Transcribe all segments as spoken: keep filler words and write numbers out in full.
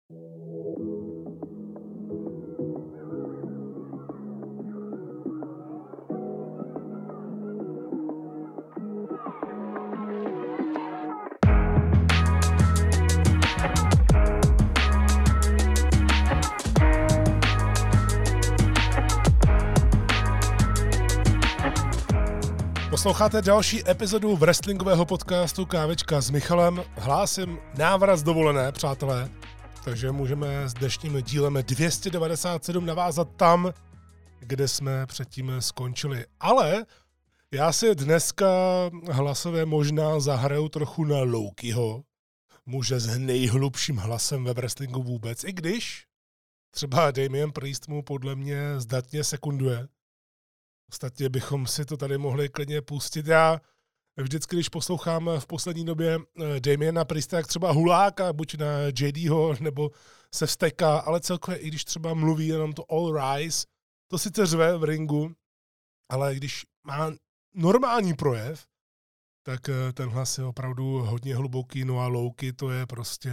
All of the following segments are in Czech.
Posloucháte další epizodu wrestlingového podcastu Kávička s Michalem. Hlásím návrat z dovolené, přátelé, takže můžeme s dnešním dílem dvě stě devadesát sedm navázat tam, kde jsme předtím skončili. Ale já si dneska hlasově možná zahraju trochu na Lokiho, muže s nejhlubším hlasem ve wrestlingu vůbec, i když třeba Damien Priest mu podle mě zdatně sekunduje. Ostatně bychom si to tady mohli klidně pustit. Já vždycky, když poslouchám v poslední době Damiena Priesta, jak třeba huláka, buď na J Dho, nebo se vzteká, ale celkově i když třeba mluví jenom to All Rise, to sice řve v ringu, ale když má normální projev, tak ten hlas je opravdu hodně hluboký. No a Loki, to je prostě,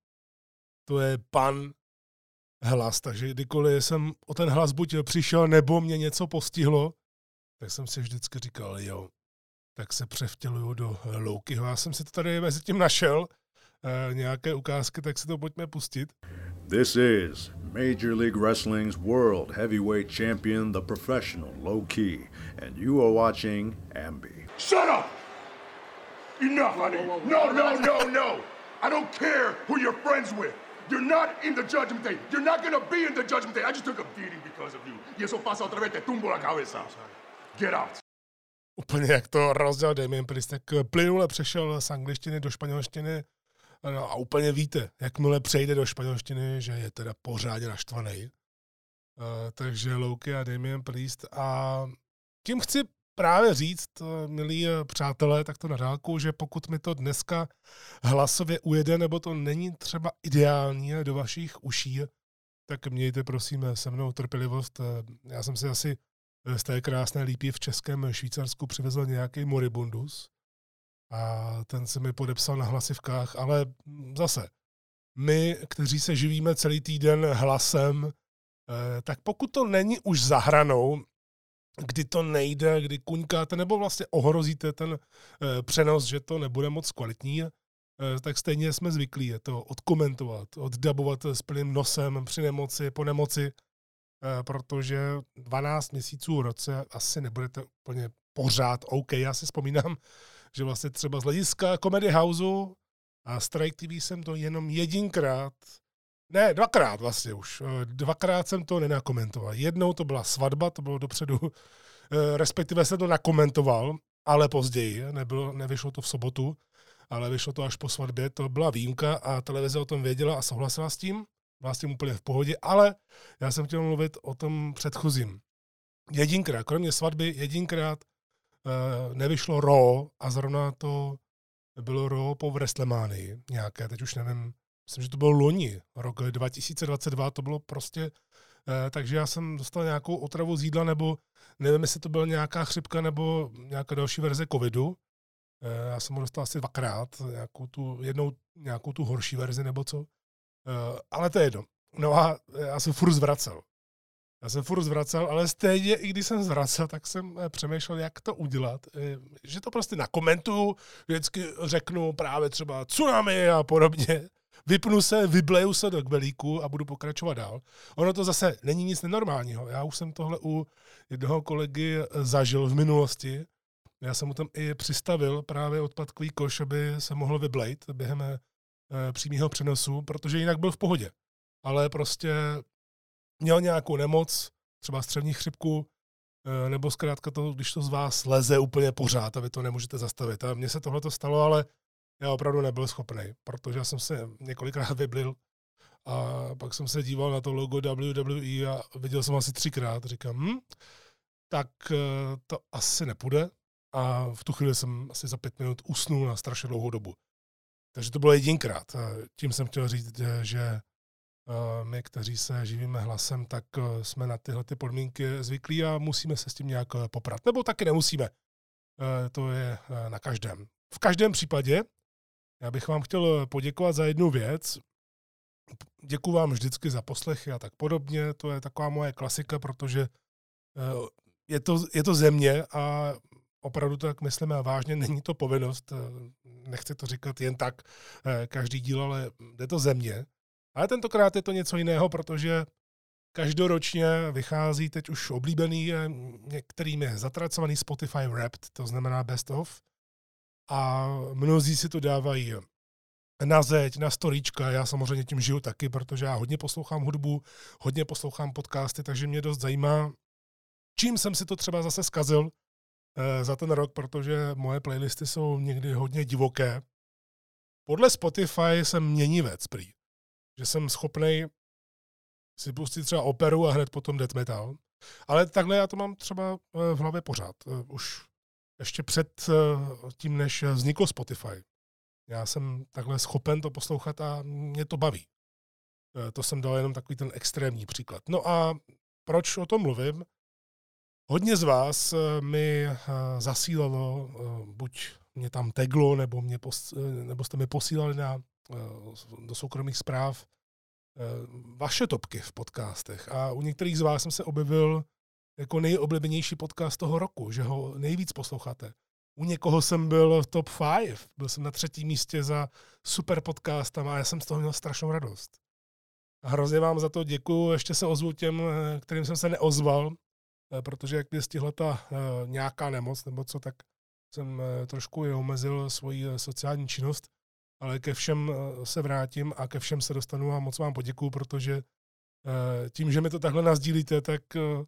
to je pan hlas, takže kdykoliv jsem o ten hlas buď přišel, nebo mě něco postihlo, tak jsem si vždycky říkal, jo, tak se převtěluju do Lokiho. Já jsem si to tady mezi tím našel, e, nějaké ukázky, tak si to pojďme pustit. This is Major League Wrestling's World Heavyweight Champion, the professional Loki, and you are watching Ambi. Shut up! Enough, honey. No, no, no, no. I don't care who you're friends with. You're not in the Judgment Day. You're not gonna be in the Judgment Day. I just took a beating because of you. Y eso pasa otra vez, te tumbo la cabeza. Get out. Úplně jak to rozdělal Damien Priest, tak plynule přešel z angličtiny do španělštiny no a úplně víte, jakmile přejde do španělštiny, že je teda pořádně naštvaný. Uh, takže Loki a Damien Priest. A tím chci právě říct, milí přátelé, tak to na dálku, že pokud mi to dneska hlasově ujede, nebo to není třeba ideální do vašich uší, tak mějte prosím se mnou trpělivost. Já jsem si asi z té krásné lípy v českém Švýcarsku přivezl nějaký moribundus a ten se mi podepsal na hlasivkách, ale zase, my, kteří se živíme celý týden hlasem, tak pokud to není už za hranou, kdy to nejde, kdy kuňkáte nebo vlastně ohrozíte ten e, přenos, že to nebude moc kvalitní, e, tak stejně jsme zvyklí je to odkomentovat, oddabovat s plným nosem při nemoci, po nemoci, e, protože dvanáct měsíců v roce asi nebudete úplně pořád OK. Já si vzpomínám, že vlastně třeba z hlediska Comedy Houseu a Strike T V jsem to jenom jedinkrát, ne, dvakrát vlastně už. Dvakrát jsem to nenakomentoval. Jednou to byla svatba, to bylo dopředu, respektive jsem to nakomentoval, ale později, nebylo, nevyšlo to v sobotu, ale vyšlo to až po svatbě, to byla výjimka a televize o tom věděla a souhlasila s tím, byla s tím úplně v pohodě, ale já jsem chtěl mluvit o tom předchozím. Jedinkrát, kromě svatby, jedinkrát uh, nevyšlo Raw a zrovna to bylo Raw po WrestleManii nějaké, teď už nevím, myslím, že to bylo loni, rok dva tisíce dvacet dva, to bylo prostě, eh, takže já jsem dostal nějakou otravu z jídla, nebo nevím, jestli to byla nějaká chřipka, nebo nějaká další verze covidu. Eh, já jsem ho dostal asi dvakrát, nějakou tu, jednou nějakou tu horší verzi, nebo co. Eh, ale to je jedno. No a já jsem furt zvracel. Já jsem furt zvracel, ale stejně, i když jsem zvracel, tak jsem přemýšlel, jak to udělat. Eh, že to prostě nakomentuju, vždycky řeknu právě třeba tsunami a podobně. Vypnu se, vybleju se do kbelíku a budu pokračovat dál. Ono to zase není nic nenormálního. Já už jsem tohle u jednoho kolegy zažil v minulosti. Já jsem mu tam i přistavil právě odpadkový koš, aby se mohl vyblejt během e, přímého přenosu, protože jinak byl v pohodě. Ale prostě měl nějakou nemoc, třeba střevní chřipku, e, nebo zkrátka to, když to z vás leze úplně pořád a vy to nemůžete zastavit. A mně se tohle to stalo, ale já opravdu nebyl schopný, protože já jsem se několikrát vyblil a pak jsem se díval na to logo W W E a viděl jsem asi třikrát. Říkám, hm, tak to asi nepůjde a v tu chvíli jsem asi za pět minut usnul na strašně dlouhou dobu. Takže to bylo jedinkrát. Tím jsem chtěl říct, že my, kteří se živíme hlasem, tak jsme na tyhle ty podmínky zvyklí a musíme se s tím nějak poprat. Nebo taky nemusíme. To je na každém. V každém případě já bych vám chtěl poděkovat za jednu věc. děkuju vám vždycky za poslechy a tak podobně. To je taková moje klasika, protože je to, je to země a opravdu to tak myslíme vážně, není to povinnost. Nechci to říkat jen tak každý díl, ale je to země. Ale tentokrát je to něco jiného, protože každoročně vychází teď už oblíbený, některým je zatracovaný Spotify Wrapped, to znamená Best of. A mnozí si to dávají na zeď, na storíčka. Já samozřejmě tím žiju taky, protože já hodně poslouchám hudbu, hodně poslouchám podcasty, takže mě dost zajímá, čím jsem si to třeba zase zkazil eh, za ten rok, protože moje playlisty jsou někdy hodně divoké. Podle Spotify jsem měnivec prý, že jsem schopnej si pustit třeba operu a hned potom death metal. Ale takhle já to mám třeba v hlavě pořád. Už ještě před tím, než vzniklo Spotify. Já jsem takhle schopen to poslouchat a mě to baví. To jsem dal jenom takový ten extrémní příklad. No a proč o tom mluvím? Hodně z vás mi zasílalo, buď mě tam taglo, nebo, mě pos, nebo jste mi posílali na, do soukromých zpráv vaše topky v podcastech. A u některých z vás jsem se objevil jako nejoblíbenější podcast toho roku, že ho nejvíc posloucháte. U někoho jsem byl v top pět, byl jsem na třetím místě za super podcastama a já jsem z toho měl strašnou radost. A hrozně vám za to děkuju, ještě se ozvu těm, kterým jsem se neozval, protože jak mě stihla ta nějaká nemoc nebo co, tak jsem trošku je omezil svoji sociální činnost, ale ke všem se vrátím a ke všem se dostanu a moc vám poděkuju, protože tím, že mi to takhle nasdílíte, tak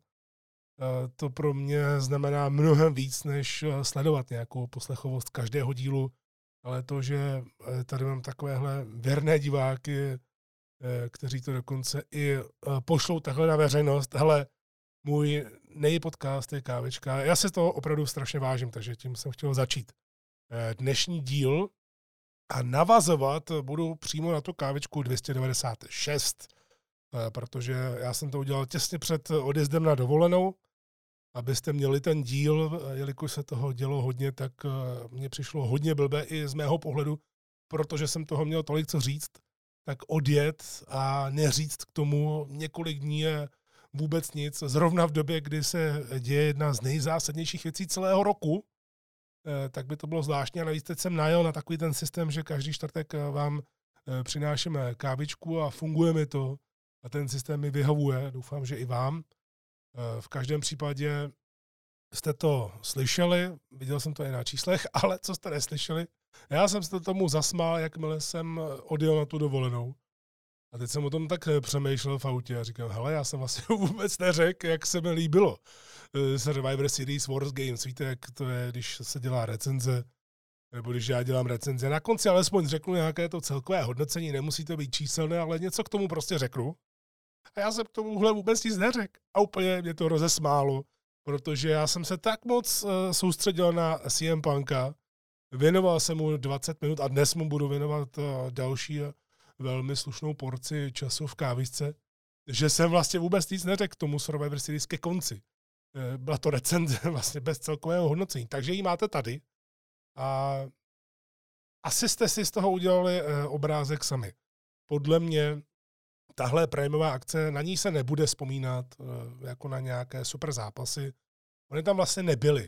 to pro mě znamená mnohem víc, než sledovat nějakou poslechovost každého dílu, ale to, že tady mám takovéhle věrné diváky, kteří to dokonce i pošlou takhle na veřejnost. Hele, můj nejpodcast je Kávička. Já si toho opravdu strašně vážím, takže tím jsem chtěl začít dnešní díl a navazovat budu přímo na tu Kávičku dvě stě devadesát šest, protože já jsem to udělal těsně před odjezdem na dovolenou, abyste měli ten díl, jelikož se toho dělo hodně, tak mně přišlo hodně blbé i z mého pohledu, protože jsem toho měl tolik co říct, tak odjet a neříct k tomu několik dní je vůbec nic. Zrovna v době, kdy se děje jedna z nejzásadnějších věcí celého roku, tak by to bylo zvláštní. A navíc teď jsem najel na takový ten systém, že každý čtvrtek vám přinášíme kávičku a funguje mi to. A ten systém mi vyhovuje, doufám, že i vám. V každém případě jste to slyšeli, viděl jsem to i na číslech, ale co jste neslyšeli, já jsem se tomu zasmál, jakmile jsem odjel na tu dovolenou. A teď jsem o tom tak přemýšlel v autě a říkám, hele, já jsem vlastně vůbec neřekl, jak se mi líbilo Survivor Series Wars Games. Víte, jak to je, když se dělá recenze, nebo když já dělám recenze. Na konci alespoň řeknu nějaké to celkové hodnocení, nemusí to být číselné, ale něco k tomu prostě řeknu. A já jsem k tomuhle vůbec nic neřekl. A úplně mě to rozesmálo, protože já jsem se tak moc uh, soustředil na C M Punka, věnoval jsem mu dvacet minut a dnes mu budu věnovat uh, další uh, velmi slušnou porci času v kávisce, že jsem vlastně vůbec nic neřekl k tomu Survivor Series ke konci. Uh, byla to recenze vlastně bez celkového hodnocení, takže ji máte tady. A asi jste si z toho udělali uh, obrázek sami. Podle mě tahle prémiová akce, na ní se nebude vzpomínat jako na nějaké super zápasy. Ony tam vlastně nebyly.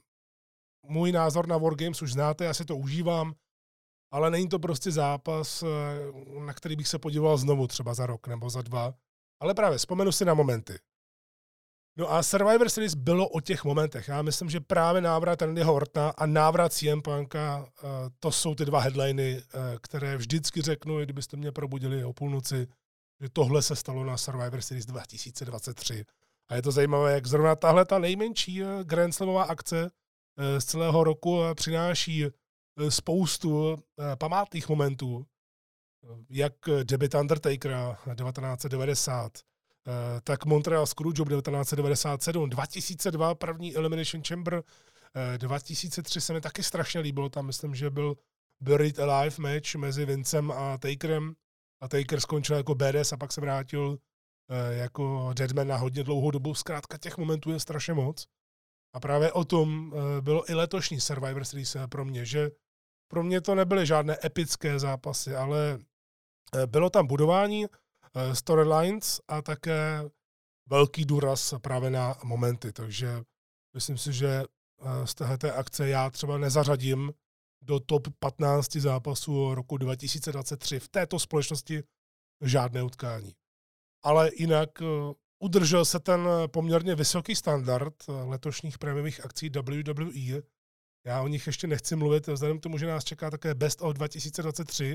Můj názor na Wargames už znáte, já si to užívám, ale není to prostě zápas, na který bych se podíval znovu třeba za rok nebo za dva. Ale právě vzpomenu si na momenty. No a Survivor Series bylo o těch momentech. Já myslím, že právě návrat Randyho Ortona a návrat C M Punka, to jsou ty dva headliny, které vždycky řeknu, kdybyste mě probudili o půlnoci, že tohle se stalo na Survivor Series dva tisíce dvacet tři. A je to zajímavé, jak zrovna tahle ta nejmenší Grand Slamová akce z celého roku přináší spoustu památných momentů, jak debut Undertakera devatenáct set devadesát, tak Montreal Screwjob devatenáct set devadesát sedm, dva tisíce dva první Elimination Chamber, dva tisíce tři se mi taky strašně líbilo, tam myslím, že byl Buried Alive match mezi Vincem a Takerem, a Taker skončil jako badass a pak se vrátil eh, jako deadman na hodně dlouhou dobu. Zkrátka těch momentů je strašně moc. A právě o tom eh, bylo i letošní Survivor Series pro mě, že pro mě to nebyly žádné epické zápasy, ale Bylo tam budování storylines a také velký důraz právě na momenty, takže myslím si, že z téhleté akce já třeba nezařadím do top patnáct zápasů roku dva tisíce dvacet tři v této společnosti žádné utkání. Ale jinak udržel se ten poměrně vysoký standard letošních prémiových akcí W W E. Já o nich ještě nechci mluvit, vzhledem k tomu, že nás čeká také Best of dva tisíce dvacet tři,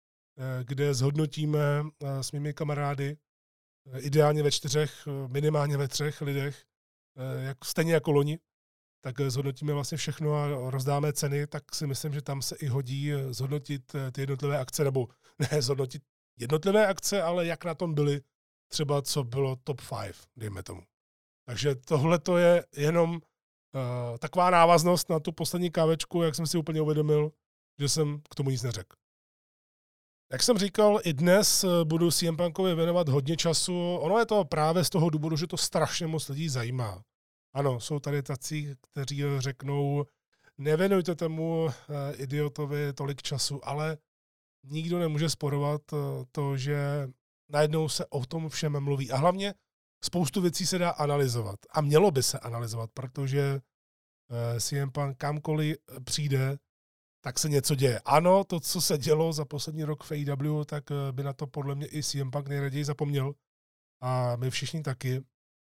kde zhodnotíme s mými kamarády ideálně ve čtyřech, minimálně ve třech lidech, jak, stejně jako loni, tak zhodnotíme vlastně všechno a rozdáme ceny, tak si myslím, že tam se i hodí zhodnotit ty jednotlivé akce, nebo ne zhodnotit jednotlivé akce, ale jak na tom byly třeba, co bylo top pět, dejme tomu. Takže tohle to je jenom uh, taková návaznost na tu poslední kávečku, jak jsem si úplně uvědomil, že jsem k tomu nic neřekl. Jak jsem říkal, i dnes budu C M Punkovi věnovat hodně času. Ono je to právě z toho důvodu, že to strašně moc lidí zajímá. Ano, jsou tady tací, kteří řeknou, nevěnujte tomu idiotovi tolik času, ale nikdo nemůže sporovat to, že najednou se o tom všem mluví. A hlavně spoustu věcí se dá analyzovat. A mělo by se analyzovat, protože C M Punk kamkoliv přijde, tak se něco děje. Ano, to, co se dělo za poslední rok v A E W, tak by na to podle mě i C M Punk nejraději zapomněl. A my všichni taky.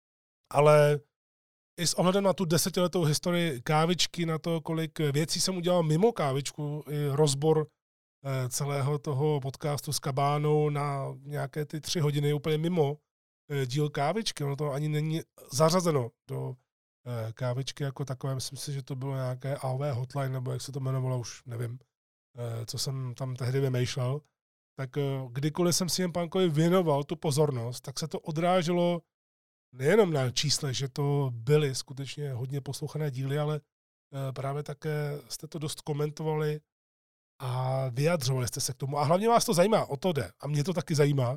Ale i s ohledem na tu desetiletou historii kávičky, na to, kolik věcí jsem udělal mimo kávičku, i rozbor celého toho podcastu s Kabánou na nějaké ty tři hodiny úplně mimo díl kávičky. Ono to ani není zařazeno do kávičky jako takové. Myslím si, že to bylo nějaké A O V hotline, nebo jak se to jmenovalo, už nevím, co jsem tam tehdy vymýšlel. Tak kdykoliv jsem C M Punkovi věnoval tu pozornost, tak se to odráželo nejenom na čísle, že to byly skutečně hodně poslouchané díly, ale právě také jste to dost komentovali a vyjadřovali jste se k tomu. A hlavně vás to zajímá, o to jde. A mě to taky zajímá.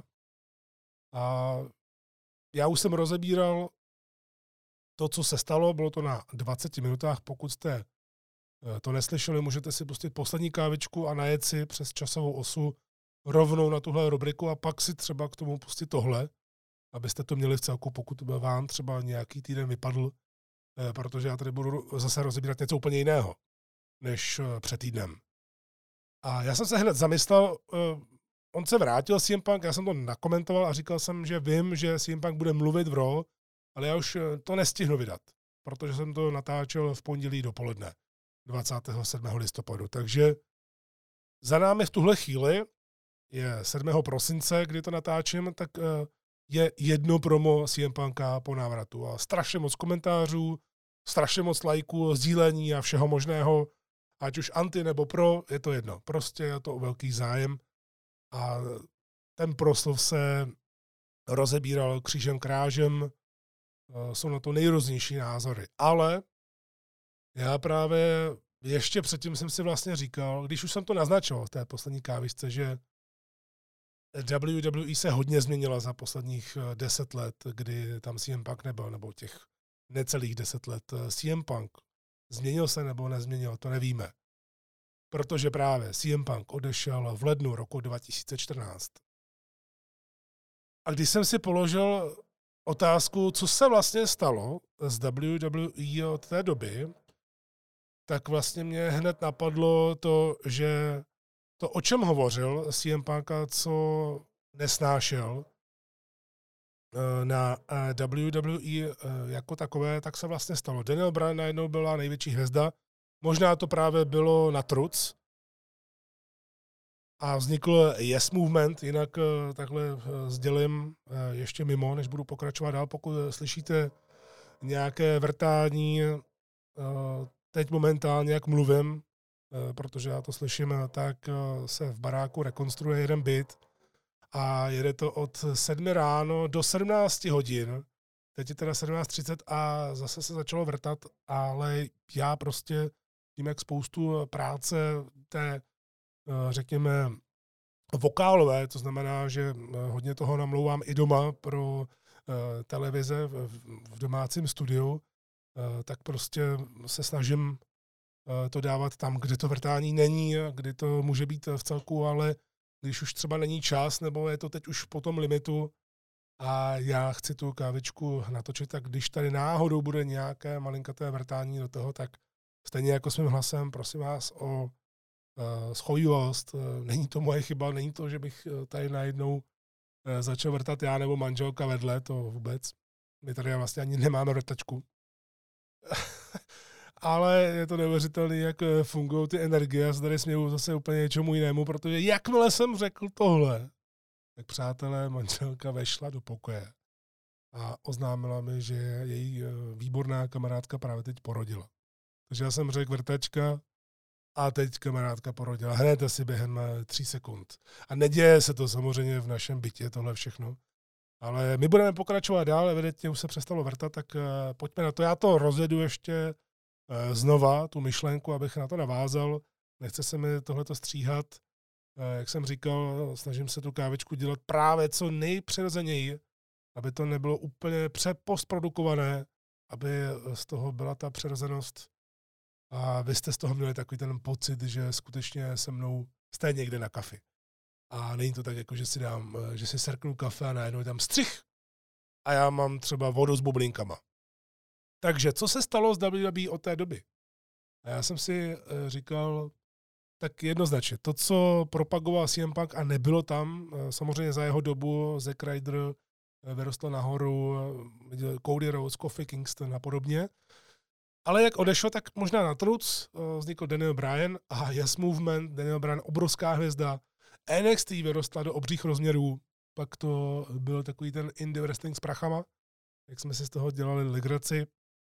A já už jsem rozebíral to, co se stalo, bylo to na dvaceti minutách. Pokud jste to neslyšeli, můžete si pustit poslední kávičku a najet si přes časovou osu rovnou na tuhle rubriku a pak si třeba k tomu pustit tohle, abyste to měli v celku, pokud vám třeba nějaký týden vypadl, protože já tady budu zase rozebírat něco úplně jiného, než před týdnem. A já jsem se hned zamyslel, on se vrátil C M Punk, já jsem to nakomentoval a říkal jsem, že vím, že C M Punk bude mluvit v Raw, ale já už to nestihnu vydat, protože jsem to natáčel v pondělí dopoledne, dvacátého sedmého listopadu. Takže za námi v tuhle chvíli je sedmého prosince, kdy to natáčím, tak je jedno promo C M Punka po návratu. A strašně moc komentářů, strašně moc lajků, sdílení a všeho možného, ať už anti nebo pro, je to jedno. Prostě je to velký zájem. A ten proslov se rozebíral křížem krážem, jsou na to nejrůznější názory. Ale já právě ještě předtím jsem si vlastně říkal, když už jsem to naznačoval v té poslední kávičce, že W W E se hodně změnila za posledních deset let, kdy tam C M Punk nebyl, nebo těch necelých deset let. C M Punk změnil se nebo nezměnil, to nevíme. Protože právě C M Punk odešel v lednu roku dva tisíce čtrnáct. A když jsem si položil otázku, co se vlastně stalo z W W E od té doby, tak vlastně mě hned napadlo to, že to, o čem hovořil C M Punk, co nesnášel na W W E jako takové, tak se vlastně stalo. Daniel Bryan najednou byla největší hvězda. Možná to právě bylo na truc. A vznikl Yes Movement, jinak takhle sdělím ještě mimo, než budu pokračovat dál. Pokud slyšíte nějaké vrtání, teď momentálně, jak mluvím, protože já to slyším, tak se v baráku rekonstruuje jeden byt a jede to od sedmi ráno do sedmnácti hodin. Teď je teda sedmnáct třicet a zase se začalo vrtat, ale já prostě tím, jak spoustu práce té, řekněme, vokálové, to znamená, že hodně toho namlouvám i doma pro televize v domácím studiu, tak prostě se snažím to dávat tam, kde to vrtání není, kdy to může být v celku, ale když už třeba není čas, nebo je to teď už po tom limitu a já chci tu kávičku natočit, tak když tady náhodou bude nějaké malinkaté vrtání do toho, tak stejně jako svým hlasem, prosím vás o uh, schovivost. Uh, není to moje chyba, není to, že bych tady najednou uh, začal vrtat já nebo manželka vedle, to vůbec. My tady vlastně ani nemáme vrtačku. Ale je to neuvěřitelné, jak fungují ty energie. Já se tady směju zase úplně něčemu jinému, protože jakmile jsem řekl tohle, tak přátelé, manželka vešla do pokoje a oznámila mi, že její výborná kamarádka právě teď porodila. Takže já jsem řekl vrtačka a teď kamarádka porodila. Hned asi během tří sekund. A neděje se to samozřejmě v našem bytě, tohle všechno. Ale my budeme pokračovat dál, evidentně už se přestalo vrtat, tak pojďme na to. Já to rozjedu ještě znova, tu myšlenku, abych na to navázal. Nechce se mi tohleto stříhat. Jak jsem říkal, snažím se tu kávičku dělat právě co nejpřirozeněji, aby to nebylo úplně přepostprodukované, aby z toho byla ta přirozenost a vy jste z toho měli takový ten pocit, že skutečně se mnou jste někde na kafi. A není to tak, jako že si dám, že si srknu kafe a najednou je tam střih a já mám třeba vodu s bublinkama. Takže co se stalo s W W E od té doby? A já jsem si říkal, tak jednoznačně, to, co propagoval C M Punk a nebylo tam, samozřejmě za jeho dobu Zack Ryder vyrostl nahoru, Cody Rhodes, Kofi Kingston a podobně. Ale jak odešel, tak možná na truc vznikl Daniel Bryan a Yes Movement, Daniel Bryan, obrovská hvězda. N X T vyrostla do obřích rozměrů, pak to byl takový ten indie wrestling s prachama, jak jsme si z toho dělali legraci.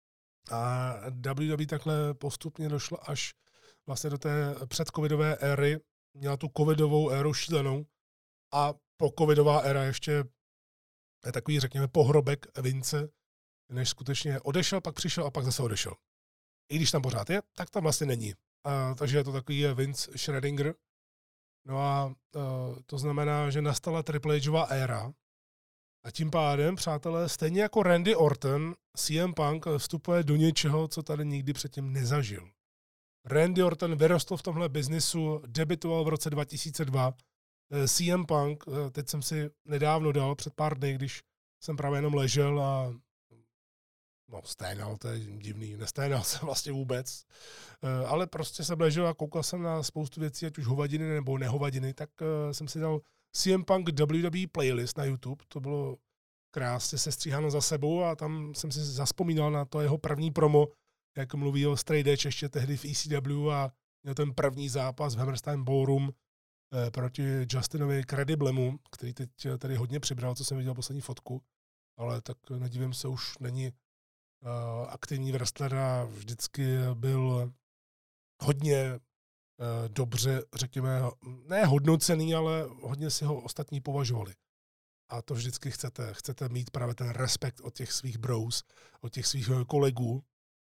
A W W E takhle postupně došlo až vlastně do té předcovidové éry, měla tu covidovou éru šílenou a po covidová éra ještě je takový, řekněme, pohrobek Vince, než skutečně odešel, pak přišel a pak zase odešel. I když tam pořád je, tak tam vlastně není. A, takže je to takový Vince Schrödinger. No a uh, to znamená, že nastala Triple Hova éra a tím pádem, přátelé, stejně jako Randy Orton, C M Punk vstupuje do něčeho, co tady nikdy předtím nezažil. Randy Orton vyrostl v tomhle biznisu, debutoval v roce dva tisíce dva. C M Punk, teď jsem si nedávno dal, před pár dny, když jsem právě jenom ležel a no, sténal, to je divný, nesténal jsem vlastně vůbec, ale prostě jsem ležel a koukal jsem na spoustu věcí, ať už hovadiny nebo nehovadiny, tak jsem si dal C M Punk W W E playlist na YouTube, to bylo krásně sestříháno za sebou a tam jsem si zazpomínal na to jeho první promo, jak mluví o Straight Edge ještě tehdy v E C W a měl ten první zápas v Hammerstein Ballroom eh, proti Justinovi Crediblemu, který teď tady hodně přibral, co jsem viděl poslední fotku, ale tak nedivím se, už není uh, aktivní wrestler a vždycky byl hodně uh, dobře, řekněme, ne hodnocený, ale hodně si ho ostatní považovali. A to vždycky chcete. Chcete mít právě ten respekt od těch svých bros, od těch svých kolegů.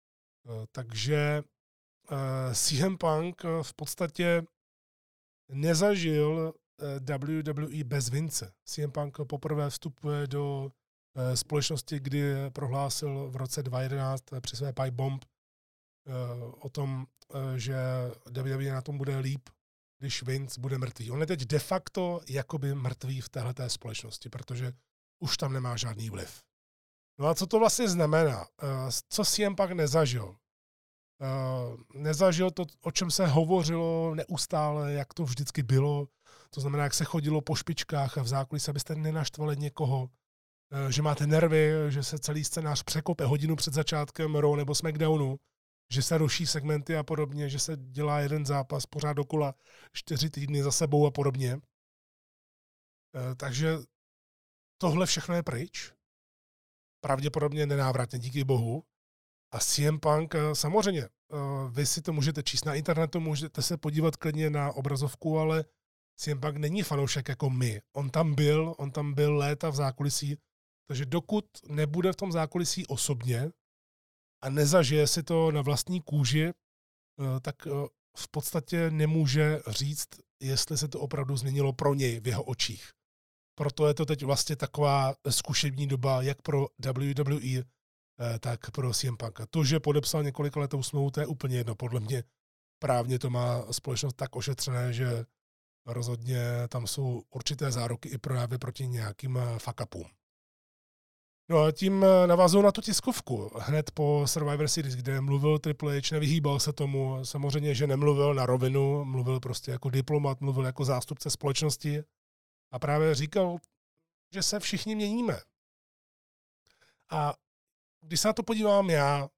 Takže C M Punk v podstatě nezažil W W E bez Vince. C M Punk poprvé vstupuje do společnosti, kdy prohlásil v roce dva tisíce jedenáct při své Pipe Bomb o tom, že W W E na tom bude líp, když Vince bude mrtvý. On je teď de facto jakoby mrtvý v téhleté společnosti, protože už tam nemá žádný vliv. No a co to vlastně znamená? Co C M Punk nezažil? Nezažil to, o čem se hovořilo neustále, jak to vždycky bylo. To znamená, jak se chodilo po špičkách a v zákulisí, abyste nenaštvali někoho, že máte nervy, že se celý scénář překope hodinu před začátkem Raw nebo SmackDownu, že se ruší segmenty a podobně, že se dělá jeden zápas pořád dokola čtyři týdny za sebou a podobně. Takže tohle všechno je pryč. Pravděpodobně nenávratně, díky bohu. A C M Punk, samozřejmě, vy si to můžete číst na internetu, můžete se podívat klidně na obrazovku, ale C M Punk není fanoušek jako my. On tam byl, on tam byl léta v zákulisí, takže dokud nebude v tom zákulisí osobně a nezažije si to na vlastní kůži, tak v podstatě nemůže říct, jestli se to opravdu změnilo pro něj v jeho očích. Proto je to teď vlastně taková zkušební doba jak pro W W E, tak pro C M Punka. To, že podepsal několika letou smlouvu, to je úplně jedno. Podle mě právně to má společnost tak ošetřené, že rozhodně tam jsou určité záruky i projevy proti nějakým fuck upům. No a tím navazuju na tu tiskovku. Hned po Survivor Series, kde mluvil Triple H, nevyhýbal se tomu. Samozřejmě, že nemluvil na rovinu, mluvil prostě jako diplomat, mluvil jako zástupce společnosti a právě říkal, že se všichni měníme. A když se na to podívám já,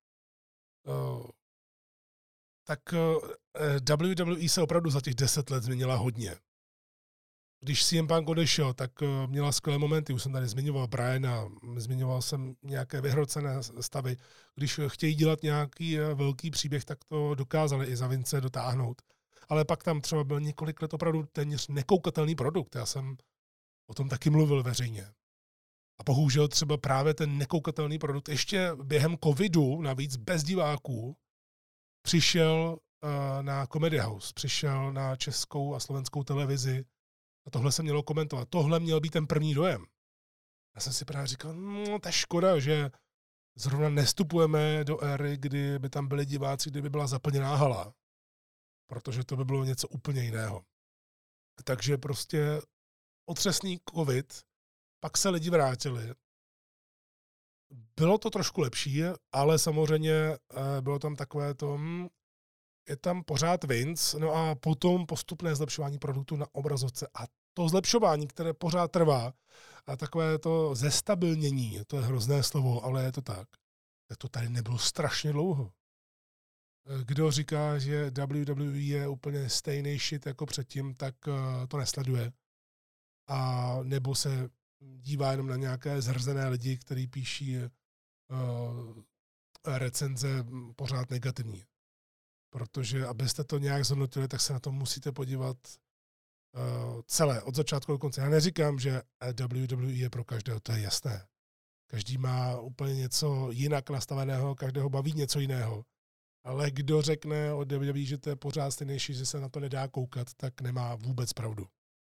tak W W E se opravdu za těch deset let změnila hodně. Když C M Punk odešel, tak měla skvělé momenty. Už jsem tady zmiňoval Briana, zmiňoval jsem nějaké vyhrocené stavy. Když chtějí dělat nějaký velký příběh, tak to dokázali i za Vince dotáhnout. Ale pak tam třeba byl několik let opravdu téměř nekoukatelný produkt. Já jsem o tom taky mluvil veřejně. A bohužel třeba právě ten nekoukatelný produkt ještě během covidu, navíc bez diváků, přišel uh, na Comedy House, přišel na českou a slovenskou televizi a tohle se mělo komentovat. Tohle měl být ten první dojem. Já jsem si právě říkal, no to je škoda, že zrovna nestupujeme do éry, kdy by tam byli diváci, kdyby byla zaplněná hala. Protože to by bylo něco úplně jiného. Takže prostě otřesný covid, pak se lidi vrátili. Bylo to trošku lepší, ale samozřejmě bylo tam takové to, hm, je tam pořád Vince, no a potom postupné zlepšování produktu na obrazovce. A to zlepšování, které pořád trvá, a takové to zestabilnění, to je hrozné slovo, ale je to tak, tak to tady nebylo strašně dlouho. Kdo říká, že W W E je úplně stejný shit jako předtím, tak to nesleduje. A nebo se dívá jenom na nějaké zhrzené lidi, kteří píší uh, recenze pořád negativní. Protože abyste to nějak zhodnotili, tak se na to musíte podívat uh, celé, od začátku do konce. Já neříkám, že W W E je pro každého, to je jasné. Každý má úplně něco jinak nastaveného, každého baví něco jiného. Ale kdo řekne o W W E, že to je pořád stejnější, že se na to nedá koukat, tak nemá vůbec pravdu.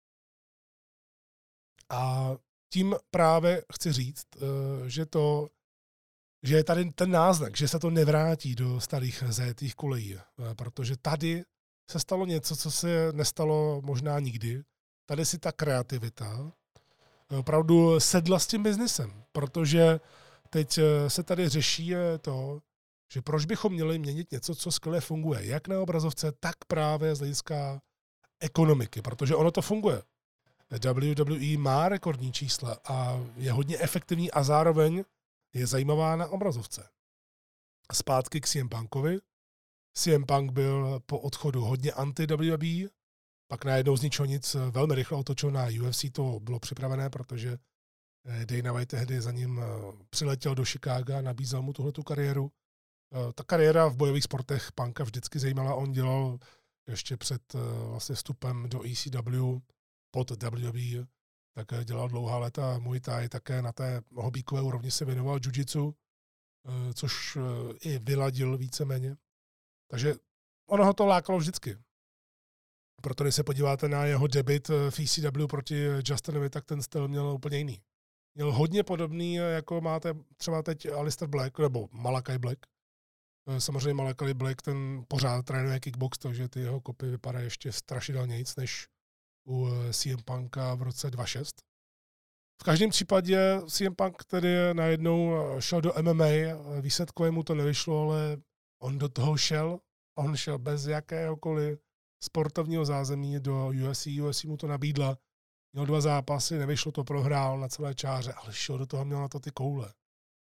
A tím právě chci říct, že to, že je tady ten náznak, že se to nevrátí do starých zajetých kolejí, protože tady se stalo něco, co se nestalo možná nikdy. Tady si ta kreativita opravdu sedla s tím biznesem, protože teď se tady řeší to, že proč bychom měli měnit něco, co skvěle funguje, jak na obrazovce, tak právě z hlediska ekonomiky, protože ono to funguje. W W E má rekordní čísla a je hodně efektivní a zároveň je zajímavá na obrazovce. Zpátky k C M Punkovi. C M Punk byl po odchodu hodně anti-W W E, pak najednou z ničeho nic velmi rychle otočil na U F C, to bylo připravené, protože Dana White tehdy za ním přiletěl do Chicaga a nabízel mu tuhletu kariéru. Ta kariéra v bojových sportech Punka vždycky zajímala, on dělal ještě před vlastně vstupem do E C W pod W W E, tak dělal dlouhá léta Muay Thai, také na té hobíkové úrovni se věnoval jiu-jitsu, což i vyladil víceméně. Takže ono ho to lákalo vždycky. Proto když se podíváte na jeho debut v E C W proti Justinovi, tak ten styl měl úplně jiný. Měl hodně podobný, jako máte třeba teď Alistair Black, nebo Malakai Black. Samozřejmě Malakai Black, ten pořád trénuje kickbox, takže ty jeho kopy vypadají ještě strašidelnějc než u C M Punka v roce dva tisíce šest. V každém případě C M Punk tedy najednou šel do M M A, výsledkově mu to nevyšlo, ale on do toho šel, on šel bez jakéhokoliv sportovního zázemí do U F C, U F C mu to nabídla, měl dva zápasy, nevyšlo to, prohrál na celé čáře, ale šel do toho, měl na to ty koule.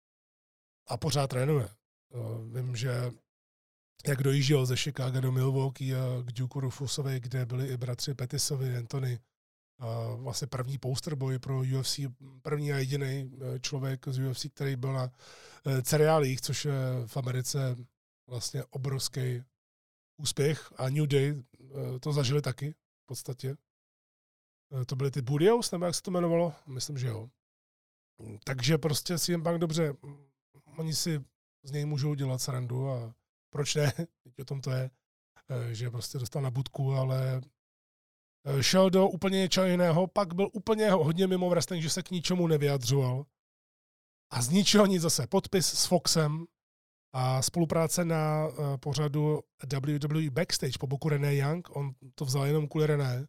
A pořád trénuje. Vím, že jak dojížděl ze Chicaga do Milwaukee k Duke Rufusovi, kde byli i bratři Pettisovi, Anthony, vlastně první posterboj pro U F C, první a jediný člověk z U F C, který byl na seriálích, což je v Americe vlastně obrovský úspěch, a New Day to zažili taky v podstatě. To byly ty Budios, nebo jak se to jmenovalo? Myslím, že jo. Takže prostě C M Punk dobře, oni si z něj můžou dělat srandu a proč ne? Teď o tom to je, že prostě dostal na budku, ale šel do úplně něčeho jiného, pak byl úplně hodně mimo wrestling, že se k ničemu nevyjadřoval. A z ničeho nic zase podpis s Foxem a spolupráce na pořadu W W E Backstage po boku Renee Young, on to vzal jenom kvůli Renee,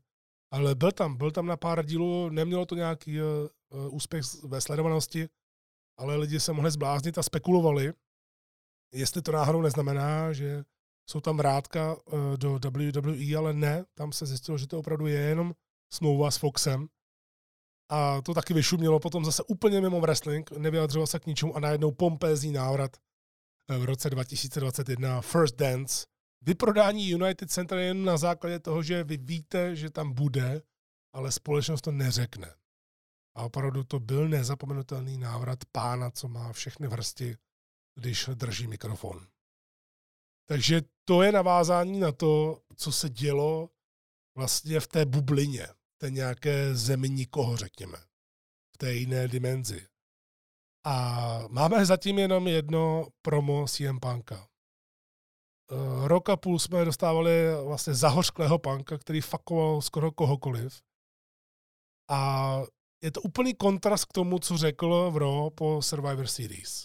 ale byl tam, byl tam na pár dílů, nemělo to nějaký uh, úspěch ve sledovanosti, ale lidi se mohli zbláznit a spekulovali, jestli to náhodou neznamená, že jsou tam vrátka uh, do W W E, ale ne, tam se zjistilo, že to opravdu je jenom smlouva s Foxem. A to taky vyšumělo potom zase úplně mimo wrestling, nevyjadřoval se k ničemu a najednou pompézní návrat v roce dva tisíce dvacet jedna, First Dance. Vyprodání United Center jen na základě toho, že vy víte, že tam bude, ale společnost to neřekne. A opravdu to byl nezapomenutelný návrat pána, co má všechny vrsti, když drží mikrofon. Takže to je navázání na to, co se dělo vlastně v té bublině, v té nějaké zemi nikoho, řekněme, v té jiné dimenzi. A máme zatím jenom jedno promo C M Punka. Rok a půl jsme dostávali vlastně zahořklého Punka, který fakoval skoro kohokoliv. A je to úplný kontrast k tomu, co řekl v Raw po Survivor Series.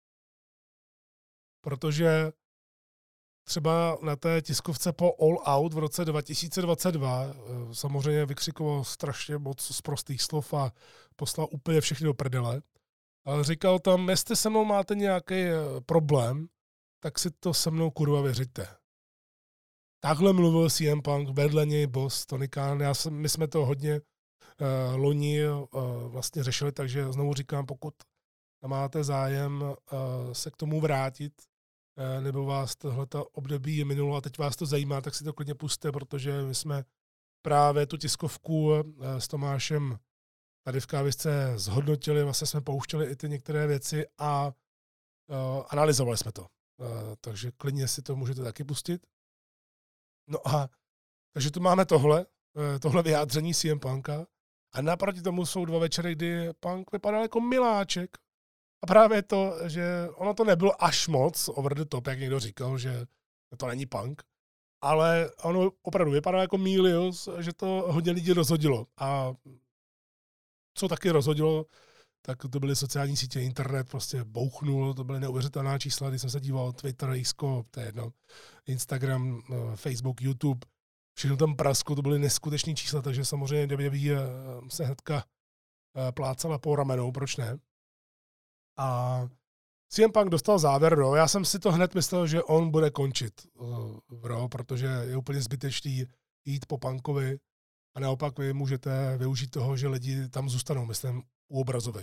Protože třeba na té tiskovce po All Out v roce dva tisíce dvacet dva samozřejmě vykřikoval strašně moc z prostých slov a poslal úplně všechny do prdele. Ale říkal tam, jestli se mnou máte nějaký problém, tak si to se mnou kurva věřte. Takhle mluvil C M Punk, vedle něj boss Tony Khan. Já jsem, my jsme to hodně uh, loni uh, vlastně řešili, takže znovu říkám, pokud máte zájem uh, se k tomu vrátit, uh, nebo vás tohleto období minulo a teď vás to zajímá, tak si to klidně pusťte, protože my jsme právě tu tiskovku uh, s Tomášem tady v kávisce zhodnotili, vlastně jsme pouštěli i ty některé věci a uh, analyzovali jsme to. Uh, takže klidně si to můžete taky pustit. No a takže tu máme tohle, uh, tohle vyjádření C M Punka a naproti tomu jsou dva večery, kdy Punk vypadal jako miláček. A právě to, že ono to nebylo až moc over the top, jak někdo říkal, že to není Punk, ale ono opravdu vypadalo jako Milius, že to hodně lidí rozhodilo. A co taky rozhodilo, tak to byly sociální sítě, internet prostě bouchnul, to byly neuvěřitelná čísla, když jsem se díval, Twitter, Isko, to je jedno, Instagram, Facebook, YouTube, všechno tam prasklo, to byly neskutečné čísla, takže samozřejmě W W E se hnedka plácala po ramenou, proč ne? A C M Punk dostal závěr Raw, já jsem si to hned myslel, že on bude končit v Raw, protože je úplně zbytečný jít po Punkovi a naopak vy můžete využít toho, že lidi tam zůstanou, myslím, u obrazovek.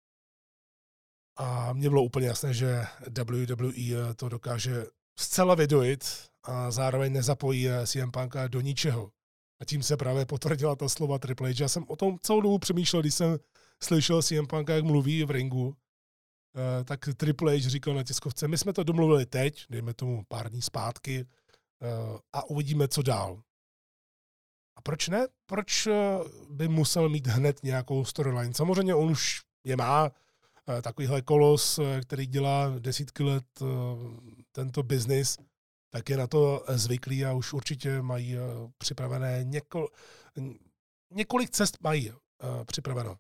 A mně bylo úplně jasné, že W W E to dokáže zcela vydojit a zároveň nezapojí C M Punka do ničeho. A tím se právě potvrdila ta slova Triple H. Já jsem o tom celou dobu přemýšlel, když jsem slyšel C M Punka, jak mluví v ringu, tak Triple H říkal na tiskovce, my jsme to domluvili teď, dejme tomu pár dní zpátky, a uvidíme, co dál. A proč ne? Proč by musel mít hned nějakou storyline? Samozřejmě on už je má, takovýhle kolos, který dělá desítky let tento biznis, tak je na to zvyklý a už určitě mají připravené něko, několik cest mají připraveno.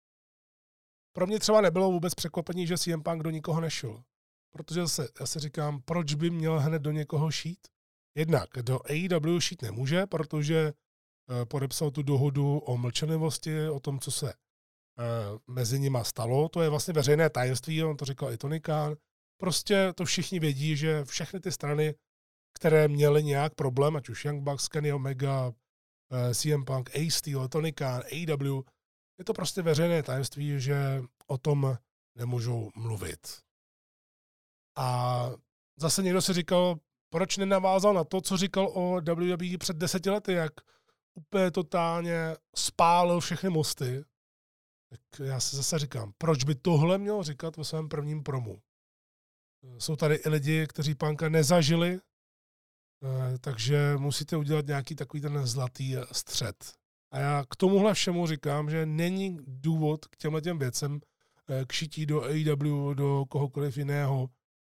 Pro mě třeba nebylo vůbec překvapení, že C M Punk do nikoho nešel. Protože zase, já si říkám, proč by měl hned do někoho šít? Jednak do A E W šít nemůže, protože podepsal tu dohodu o mlčenlivosti, o tom, co se mezi nima stalo. To je vlastně veřejné tajemství, on to říkal i Tony Khan. Prostě to všichni vědí, že všechny ty strany, které měly nějak problém, ať už Young Bucks, Kenny Omega, C M Punk, Ace Steel, Tony Khan, A E W, je to prostě veřejné tajemství, že o tom nemůžou mluvit. A zase někdo si říkal, proč nenavázal na to, co říkal o W W E před deseti lety, jak úplně totálně spálil všechny mosty. Tak já si zase říkám, proč by tohle měl říkat ve svém prvním promu? Jsou tady i lidi, kteří Punka nezažili, takže musíte udělat nějaký takový ten zlatý střed. A já k tomuhle všemu říkám, že není důvod k těmhle těm věcem k šití do A E W, do kohokoliv jiného.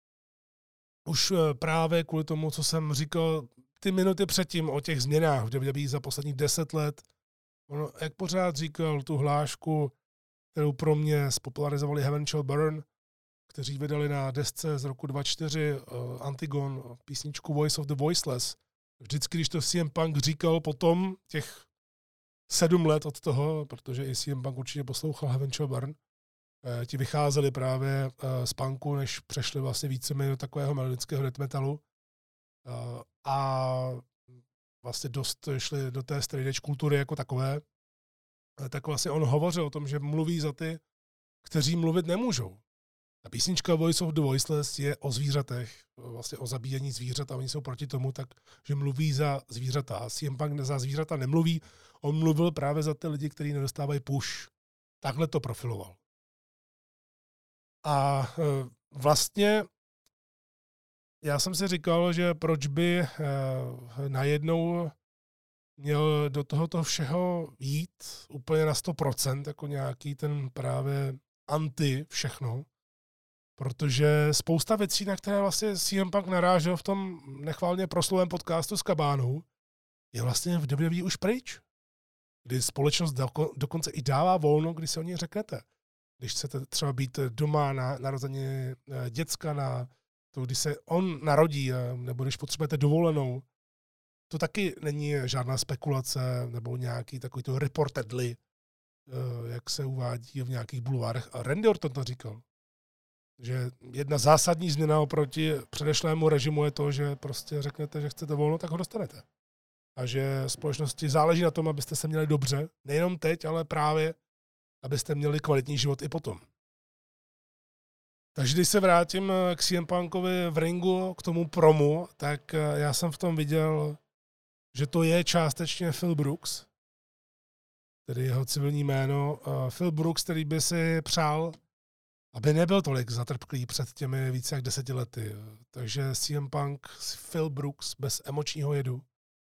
Už právě kvůli tomu, co jsem říkal ty minuty předtím o těch změnách v W W E za posledních deset let, ono, jak pořád říkal tu hlášku, kterou pro mě spopularizovali Heaven Shall Burn, kteří vydali na desce z roku dva tisíce čtyři uh, Antigon, písničku Voice of the Voiceless. Vždycky, když to C M Punk říkal potom těch sedm let od toho, protože i C M Punk určitě poslouchal Heaven Shall Burn, ti vycházeli právě z punku, než přešli vlastně víceméně do takového melodického death metalu a vlastně dost šli do té straight edge kultury jako takové, tak vlastně on hovořil o tom, že mluví za ty, kteří mluvit nemůžou. Ta písnička Voice of the Voiceless je o zvířatech, vlastně o zabíjení zvířat a oni jsou proti tomu, tak, že mluví za zvířata. A C M Punk za zvířata nemluví, on mluvil právě za ty lidi, kteří nedostávají push. Takhle to profiloval. A vlastně já jsem si říkal, že proč by najednou měl do tohoto všeho jít úplně na sto procent, jako nějaký ten právě anti všechno, protože spousta věcí, na které vlastně C M Punk narážel v tom nechválně proslulém podcastu s Kabánou, je vlastně v W W E už pryč. Kdy společnost dokonce i dává volno, když si o něj řeknete. Když chcete třeba být doma na narození děcka, na to, když se on narodí, nebo když potřebujete dovolenou, to taky není žádná spekulace nebo nějaký takový to reportedly, jak se uvádí v nějakých bulvárech. A Randy Orton to říkal, že jedna zásadní změna oproti předešlému režimu je to, že prostě řeknete, že chcete volno, tak ho dostanete. A že společnosti záleží na tom, abyste se měli dobře, nejenom teď, ale právě, abyste měli kvalitní život i potom. Takže když se vrátím k C M Punkovi v ringu, k tomu promu, tak já jsem v tom viděl, že to je částečně Phil Brooks, tedy jeho civilní jméno. Phil Brooks, který by si přál, aby nebyl tolik zatrpklý před těmi více jak deseti lety. Takže C M Punk, Phil Brooks bez emočního jedu.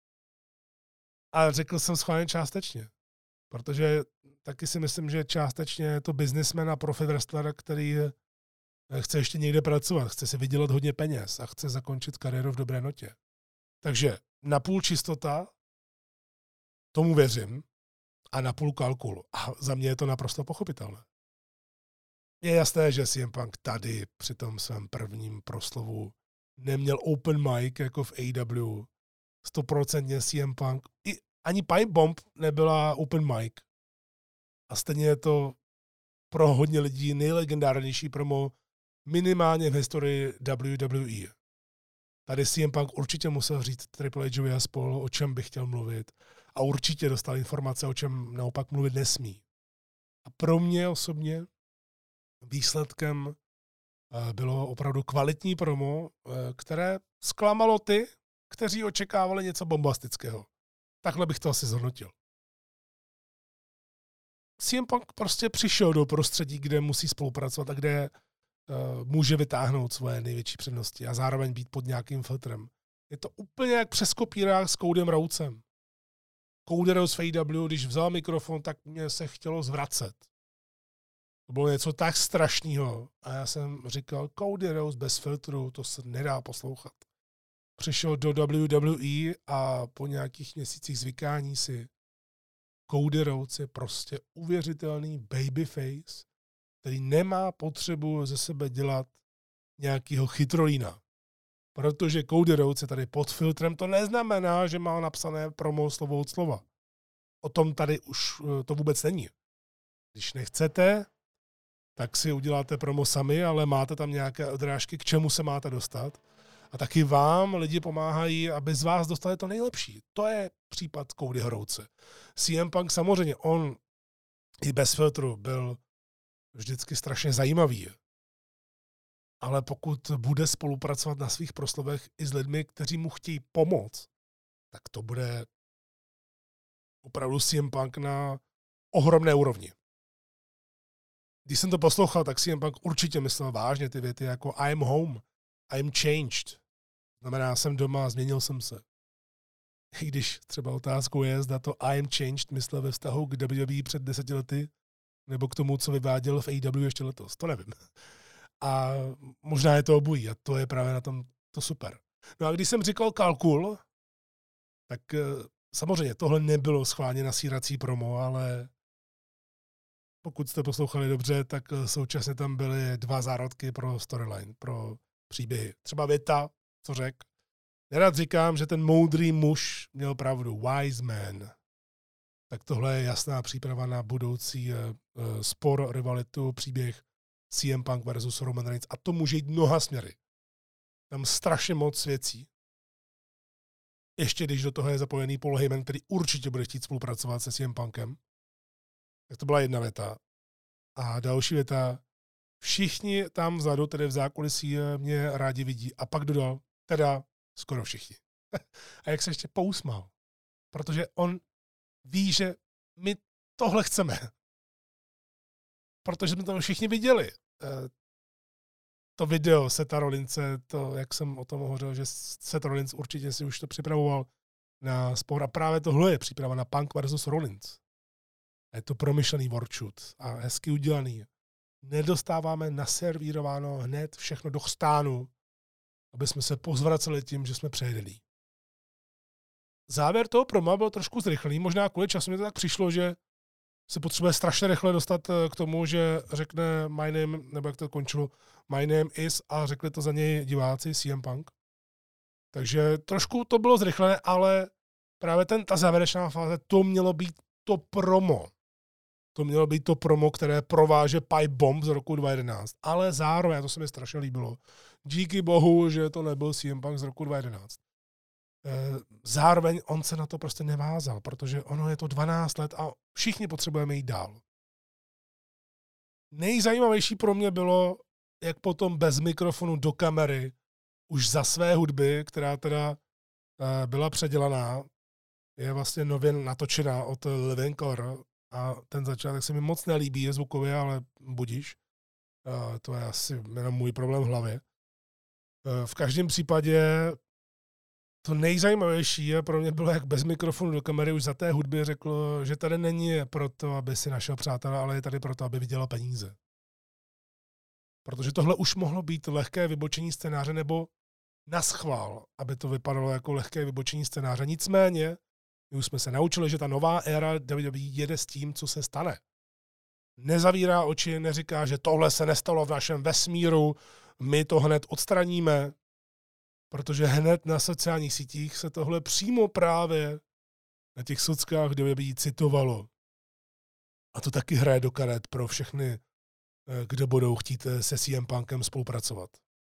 A řekl jsem schválně částečně, protože taky si myslím, že částečně je to businessman a profi wrestler, který chce ještě někde pracovat, chce si vydělat hodně peněz a chce zakončit kariéru v dobré notě. Takže napůl čistota, tomu věřím, a napůl kalkul. A za mě je to naprosto pochopitelné. Je jasné, že C M Punk tady při tom svém prvním proslovu neměl open mic jako v A E W. Stoprocentně C M Punk. I, ani Pipe Bomb nebyla open mic. A stejně je to pro hodně lidí nejlegendárnější promo minimálně v historii W W E. Tady C M Punk určitě musel říct Triple Hovi a spolu, o čem by chtěl mluvit. A určitě dostal informace, o čem naopak mluvit nesmí. A pro mě osobně výsledkem bylo opravdu kvalitní promo, které zklamalo ty, kteří očekávali něco bombastického. Takhle bych to asi zhodnotil. C M Punk prostě přišel do prostředí, kde musí spolupracovat a kde uh, může vytáhnout svoje největší přednosti a zároveň být pod nějakým filtrem. Je to úplně jak přes kopírák s Codym Rhodesem. Cody Rhodes v A E W, když vzal mikrofon, tak mě se chtělo zvracet. To bylo něco tak strašného. A já jsem říkal, Cody Rhodes bez filtru, to se nedá poslouchat. Přišel do W W E a po nějakých měsících zvykání si Cody Rhodes je prostě uvěřitelný babyface, který nemá potřebu ze sebe dělat nějakého chytrolína. Protože Cody Rhodes je tady pod filtrem, to neznamená, že má napsané promo slovo od slova. O tom tady už to vůbec není. Když nechcete, tak si uděláte promo sami, ale máte tam nějaké odrážky, k čemu se máte dostat. A taky vám lidi pomáhají, aby z vás dostali to nejlepší. To je případ Codyho Rhodese. C M Punk samozřejmě, on i bez filtru byl vždycky strašně zajímavý. Ale pokud bude spolupracovat na svých proslovech i s lidmi, kteří mu chtějí pomoct, tak to bude opravdu C M Punk na ohromné úrovni. Když jsem to poslouchal, tak C M Punk určitě myslel vážně ty věty jako I'm home, I'm changed. Znamená, jsem doma, změnil jsem se. I když třeba otázkou je, zda to I'm changed myslel ve vztahu k W W E před deseti lety, nebo k tomu, co vyváděl v A E W ještě letos. To nevím. A možná je to obojí a to je právě na tom to super. No a když jsem říkal kalkul, tak samozřejmě tohle nebylo schválně nasírací promo, ale pokud jste poslouchali dobře, tak současně tam byly dva zárodky pro storyline, pro příběhy. Třeba věta, co řekl. Nerad říkám, že ten moudrý muž měl pravdu. Wise man. tak tohle je jasná příprava na budoucí uh, spor, rivalitu, příběh C M Punk versus Roman Reigns. A to může jít mnoha směry. Tam strašně moc věcí. Ještě když do toho je zapojený Paul Heyman, který určitě bude chtít spolupracovat se C M Punkem. Tak to byla jedna věta. A další věta. Všichni tam vzadu, tedy v zákulisí, mě rádi vidí. A pak dodal, teda skoro všichni. A jak se ještě pousmál. Protože on ví, že my tohle chceme. Protože jsme to všichni viděli. To video Setha Rollinse, to, jak jsem o tom hovořil, že Seth Rollins určitě si už to připravoval na spor. A právě tohle je příprava na Punk versus Rollins. A je to promyšlený workshoot a hezky udělaný. Nedostáváme naservírováno hned všechno do chstánu, aby jsme se pozvraceli tím, že jsme přejedení. Závěr toho proma byl trošku zrychlený, možná kvůli času mi to tak přišlo, že se potřebuje strašně rychle dostat k tomu, že řekne my name, nebo jak to končilo, my name is a řekli to za něj diváci C M Punk. Takže trošku to bylo zrychlené, ale právě ten, ta závěrečná fáze, to mělo být to promo. To mělo být to promo, které prováže Pipe Bomb z roku dva tisíce jedenáct. Ale zároveň, to se mi strašně líbilo, díky bohu, že to nebyl C M Punk z roku dva tisíce jedenáct. Zároveň on se na to prostě nevázal, protože ono je to dvanáct let a všichni potřebujeme jít dál. Nejzajímavější pro mě bylo, jak potom bez mikrofonu do kamery, už za své hudby, která teda byla předělaná, je vlastně nově natočená od Living Color a ten začátek se mi moc nelíbí, je zvukově, ale budíš. To je asi jenom můj problém v hlavě. V každém případě to nejzajímavější je pro mě bylo, jak bez mikrofonu do kamery už za té hudby řekl, že tady není proto, aby si našel přátelé, ale je tady proto, aby vydělal peníze. Protože tohle už mohlo být lehké vybočení scénáře nebo naschvál, aby to vypadalo jako lehké vybočení scénáře. Nicméně, my už jsme se naučili, že ta nová éra W W E jede s tím, co se stane. Nezavírá oči, neříká, že tohle se nestalo v našem vesmíru, my to hned odstraníme, protože hned na sociálních sítích se tohle přímo právě na těch sockách W W E citovalo. A to taky hraje do karet pro všechny, kdo budou chtít se C M Punkem spolupracovat.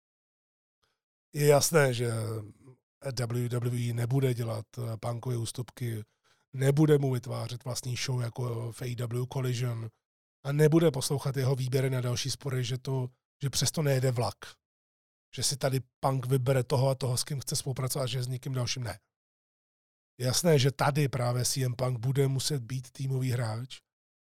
Je jasné, že W W E nebude dělat Punkové ústupky, nebude mu vytvářet vlastní show jako v A E W Collision a nebude poslouchat jeho výběry na další spory, že, to, že přesto nejede vlak. Že si tady Punk vybere toho a toho, s kým chce spolupracovat, a že s nikým dalším ne. Je jasné, že tady právě C M Punk bude muset být týmový hráč.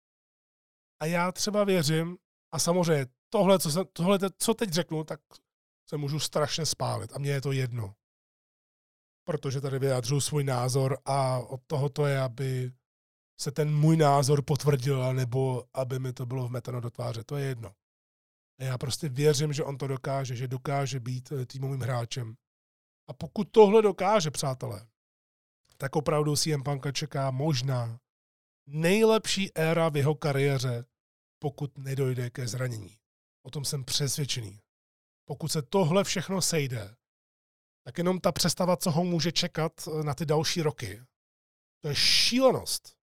A já třeba věřím, a samozřejmě tohle, co, se, tohle co teď řeknu, tak se můžu strašně spálit. A mně je to jedno. Protože tady vyjádřuju svůj názor a od toho to je, aby se ten můj názor potvrdil, nebo aby mi to bylo vmeteno do tváře. To je jedno. A já prostě věřím, že on to dokáže, že dokáže být týmovým hráčem. A pokud tohle dokáže, přátelé, tak opravdu C M Punka čeká možná nejlepší éra v jeho kariéře, pokud nedojde ke zranění. O tom jsem přesvědčený. Pokud se tohle všechno sejde, tak jenom ta představa, co ho může čekat na ty další roky, to je šílenost.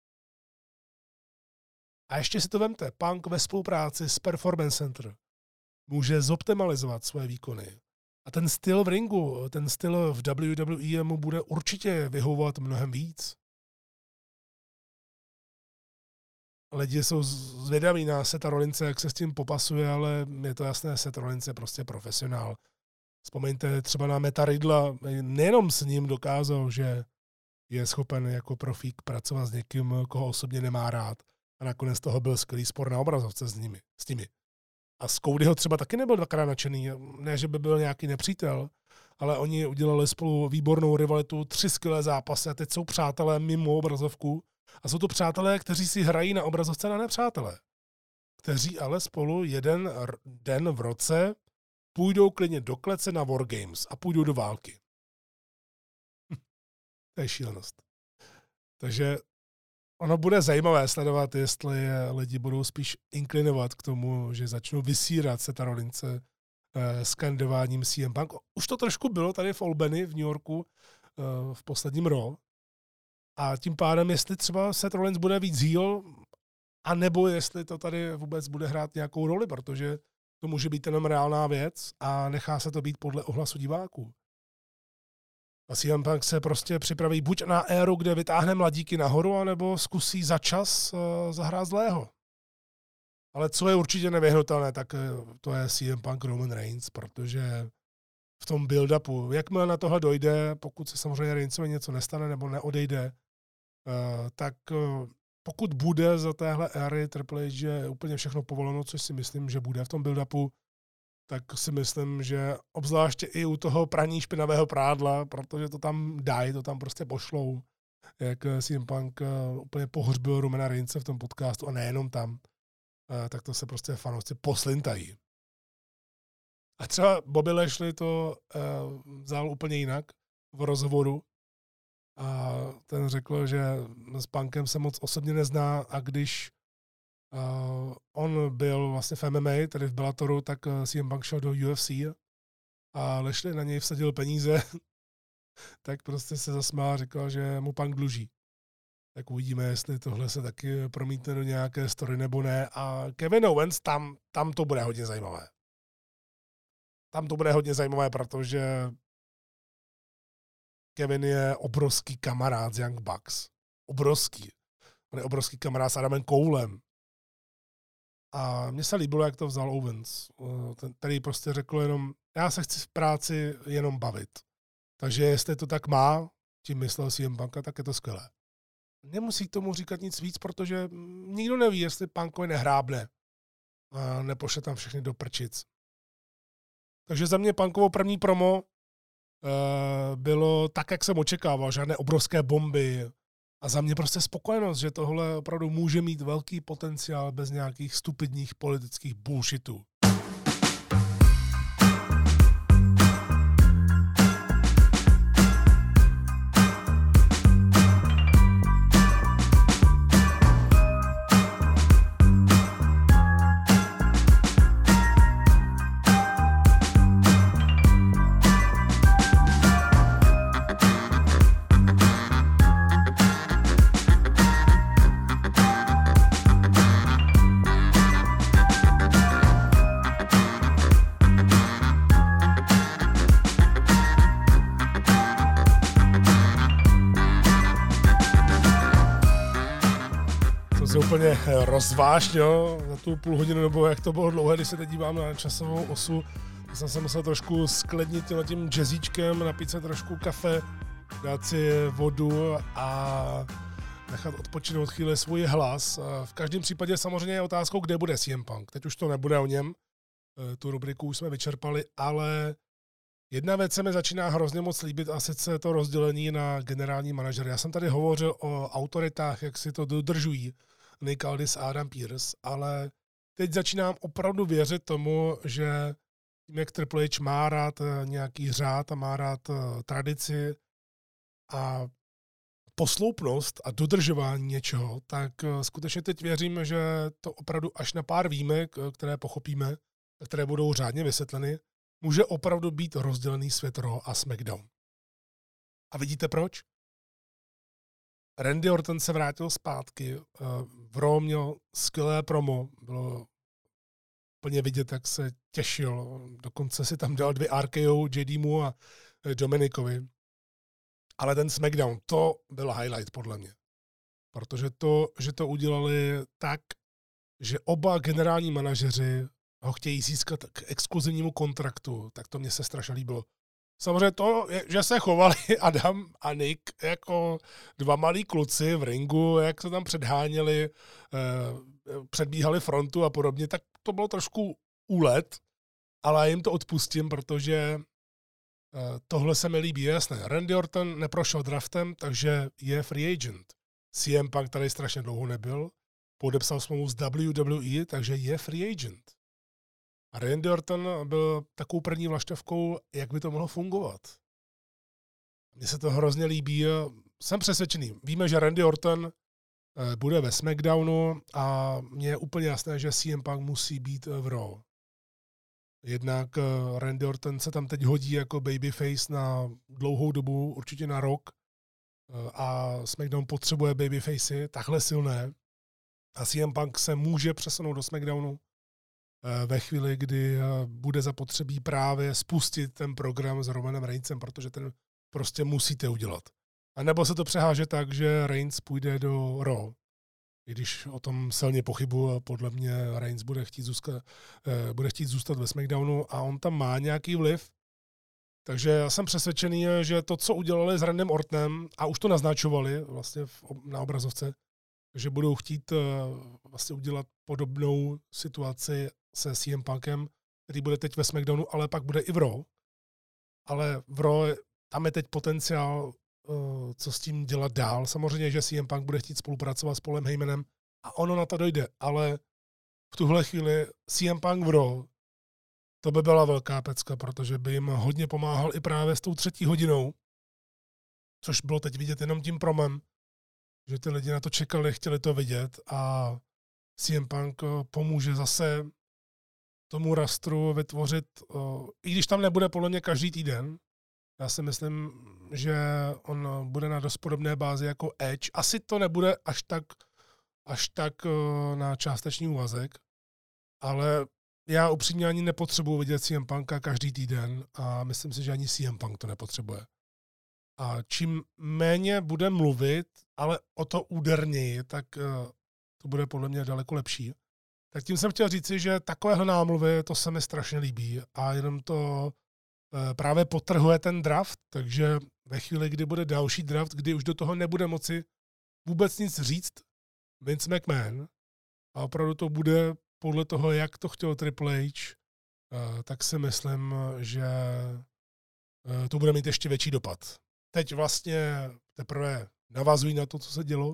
A ještě si to vemte, Punk ve spolupráci s Performance Center může zoptimalizovat své výkony. A ten styl v ringu, ten styl v W W E mu bude určitě vyhovovat mnohem víc. Lidi jsou zvědaví na Setha Rollinse, jak se s tím popasuje, ale je to jasné, Seth Rollins je prostě profesionál. Vzpomeňte třeba na Matta Riddla, nejenom s ním dokázal, že je schopen jako profík pracovat s někým, koho osobně nemá rád. A nakonec toho byl skvělý spor na obrazovce s nimi, s nimi. A z Codyho třeba taky nebyl dvakrát nadšený, ne, že by byl nějaký nepřítel, ale oni udělali spolu výbornou rivalitu, tři skvělé zápasy a teď jsou přátelé mimo obrazovku. A jsou to přátelé, kteří si hrají na obrazovce na nepřátelé. Kteří ale spolu jeden r- den v roce půjdou klidně do klece na Wargames a půjdou do války. To je šílenost. Takže ono bude zajímavé sledovat, jestli lidi budou spíš inklinovat k tomu, že začnou vysírat Setha Rollinse eh, skandováním C M Punk. Už to trošku bylo tady v Albany v New Yorku eh, v posledním Raw. A tím pádem, jestli třeba Seth Rollins bude víc heel, a nebo jestli to tady vůbec bude hrát nějakou roli, protože to může být jenom reálná věc a nechá se to být podle ohlasu diváků. A C M Punk se prostě připraví buď na éru, kde vytáhne mladíky nahoru, anebo zkusí za čas uh, zahrát zlého. Ale co je určitě nevyhnutelné, tak to je C M Punk Roman Reigns, protože v tom build-upu, jakmile na tohle dojde, pokud se samozřejmě Reignsovi něco nestane nebo neodejde, uh, tak uh, pokud bude za téhle éry Triple H, že je úplně všechno povoleno, což si myslím, že bude v tom build-upu, tak si myslím, že obzvláště i u toho praní špinavého prádla, protože to tam dají, to tam prostě pošlou, jak C M Punk úplně pohřbil Romana Reignse v tom podcastu a nejenom tam, tak to se prostě fanoušci poslintají. A třeba Bobby Lashley to vzal úplně jinak v rozhovoru a ten řekl, že s Punkem se moc osobně nezná a když Uh, on byl vlastně v M M A, tedy v Bellatoru, tak C M Punk šel do U F C a Lashley na něj vsadil peníze, tak prostě se zasmál a říkal, že mu Punk dluží. Tak uvidíme, jestli tohle se taky promítne do nějaké story nebo ne. A Kevin Owens, tam, tam to bude hodně zajímavé. Tam to bude hodně zajímavé, protože Kevin je obrovský kamarád z Young Bucks. Obrovský. On je obrovský kamarád s Adamem Coulem. A mně se líbilo, jak to vzal Owens, ten, který prostě řekl jenom, já se chci v práci jenom bavit. Takže jestli to tak má, tím myslel C M Punka, tak je to skvělé. Nemusí k tomu říkat nic víc, protože nikdo neví, jestli Punkovi nehrábne a nepošle tam všechny do prčic. Takže za mě Punkovo první promo uh, bylo tak, jak jsem očekával, žádné obrovské bomby, a za mě prostě spokojenost, že tohle opravdu může mít velký potenciál bez nějakých stupidních politických bullshitů. Úplně rozvážně za tu půl hodinu, nebo jak to bylo dlouhé, když se teď dívám na časovou osu, jsem se musel trošku sklednit tím, tím jazzíčkem, napít se trošku kafe, dát si vodu a nechat odpočinout chvíli svůj hlas. V každém případě samozřejmě je otázkou, kde bude C M Punk. Teď už to nebude o něm, tu rubriku už jsme vyčerpali, ale jedna věc se mi začíná hrozně moc líbit a sice to rozdělení na generální manažery. Já jsem tady hovořil o autoritách, jak si to dodržují Nick Aldis a Adam Pearce, ale teď začínám opravdu věřit tomu, že tím, jak Triple H má rád nějaký řád a má rád tradici a posloupnost a dodržování něčeho, tak skutečně teď věřím, že to opravdu až na pár výjimek, které pochopíme, které budou řádně vysvětleny, může opravdu být rozdělený svět Raw a SmackDown. A vidíte proč? Randy Orton se vrátil zpátky, v Raw měl skvělé promo, bylo úplně vidět, jak se těšil, dokonce si tam dal dvě R K O J D mu a Dominikovi. Ale ten SmackDown, to byl highlight podle mě. Protože to, že to udělali tak, že oba generální manažeři ho chtějí získat k exkluzivnímu kontraktu, tak to mě se strašně líbilo. Samozřejmě to, že se chovali Adam a Nick jako dva malí kluci v ringu, jak se tam předháněli, předbíhali frontu a podobně, tak to bylo trošku úlet, ale jim to odpustím, protože tohle se mi líbí, jasné. Randy Orton neprošel draftem, takže je free agent. C M Punk tady strašně dlouho nebyl, podepsal smlouvu s W W E, takže je free agent. A Randy Orton byl takovou první vlaštovkou, jak by to mohlo fungovat. Mně se to hrozně líbí. Jsem přesvědčený. Víme, že Randy Orton bude ve SmackDownu a mně je úplně jasné, že C M Punk musí být v Raw. Jednak Randy Orton se tam teď hodí jako babyface na dlouhou dobu, určitě na rok. a SmackDown potřebuje babyfacey takhle silné a C M Punk se může přesunout do SmackDownu ve chvíli, kdy bude zapotřebí právě spustit ten program s Romanem Reignsem, protože ten prostě musíte udělat. A nebo se to přeháže tak, že Reigns půjde do Raw. I když o tom silně pochybuji, podle mě Reigns bude chtít zůstat, bude chtít zůstat ve SmackDownu a on tam má nějaký vliv. Takže já jsem přesvědčený, že to, co udělali s Randem Ortonem, a už to naznačovali vlastně na obrazovce, že budou chtít vlastně udělat podobnou situaci se C M Punkem, který bude teď ve SmackDownu, ale pak bude i v Raw. Ale v Raw tam je teď potenciál, co s tím dělat dál. Samozřejmě, že C M Punk bude chtít spolupracovat s Paulem Heymanem a ono na to dojde, ale v tuhle chvíli C M Punk v Raw, to by byla velká pecka, protože by jim hodně pomáhal i právě s tou třetí hodinou, což bylo teď vidět jenom tím promem, že ty lidi na to čekali, chtěli to vidět a C M Punk pomůže zase tomu rastru vytvořit, i když tam nebude podle mě každý týden, já si myslím, že on bude na dost podobné bázi jako Edge. Asi to nebude až tak, až tak na částečný úvazek, ale já upřímně ani nepotřebuji vidět C M Punka každý týden a myslím si, že ani C M Punk to nepotřebuje. A čím méně bude mluvit, ale o to úderněji, tak to bude podle mě daleko lepší. Tak tím jsem chtěl říci, že takovéhle námluvy, to se mi strašně líbí a jenom to právě podtrhuje ten draft, takže ve chvíli, kdy bude další draft, kdy už do toho nebude moci vůbec nic říct Vince McMahon a opravdu to bude podle toho, jak to chtěl Triple H, tak si myslím, že to bude mít ještě větší dopad. Teď vlastně teprve navazují na to, co se dělo,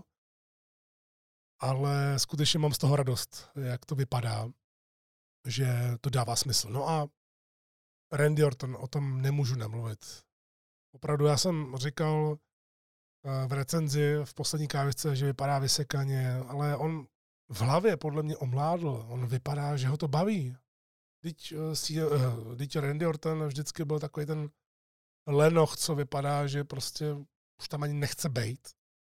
ale skutečně mám z toho radost, jak to vypadá, že to dává smysl. No a Randy Orton, o tom nemůžu nemluvit. Opravdu já jsem říkal v recenzi v poslední kávisce, že vypadá vysekaně, ale on v hlavě podle mě omládl. On vypadá, že ho to baví. Teď, teď Randy Orton vždycky byl takový ten lenoch, co vypadá, že prostě už tam ani nechce bejt.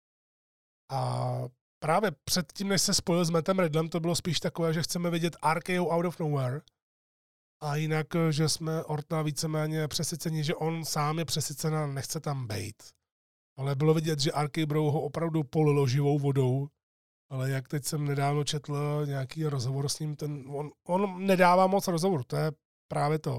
A právě předtím, než se spojil s Mattem Riddlem, to bylo spíš takové, že chceme vidět R K O out of nowhere. A jinak, že jsme Ortona víceméně přesyceni, že on sám je přesycen a nechce tam bejt. Ale bylo vidět, že R K Bro ho opravdu polilo živou vodou. Ale jak teď jsem nedávno četl nějaký rozhovor s ním, ten, on, on nedává moc rozhovor, to je právě to.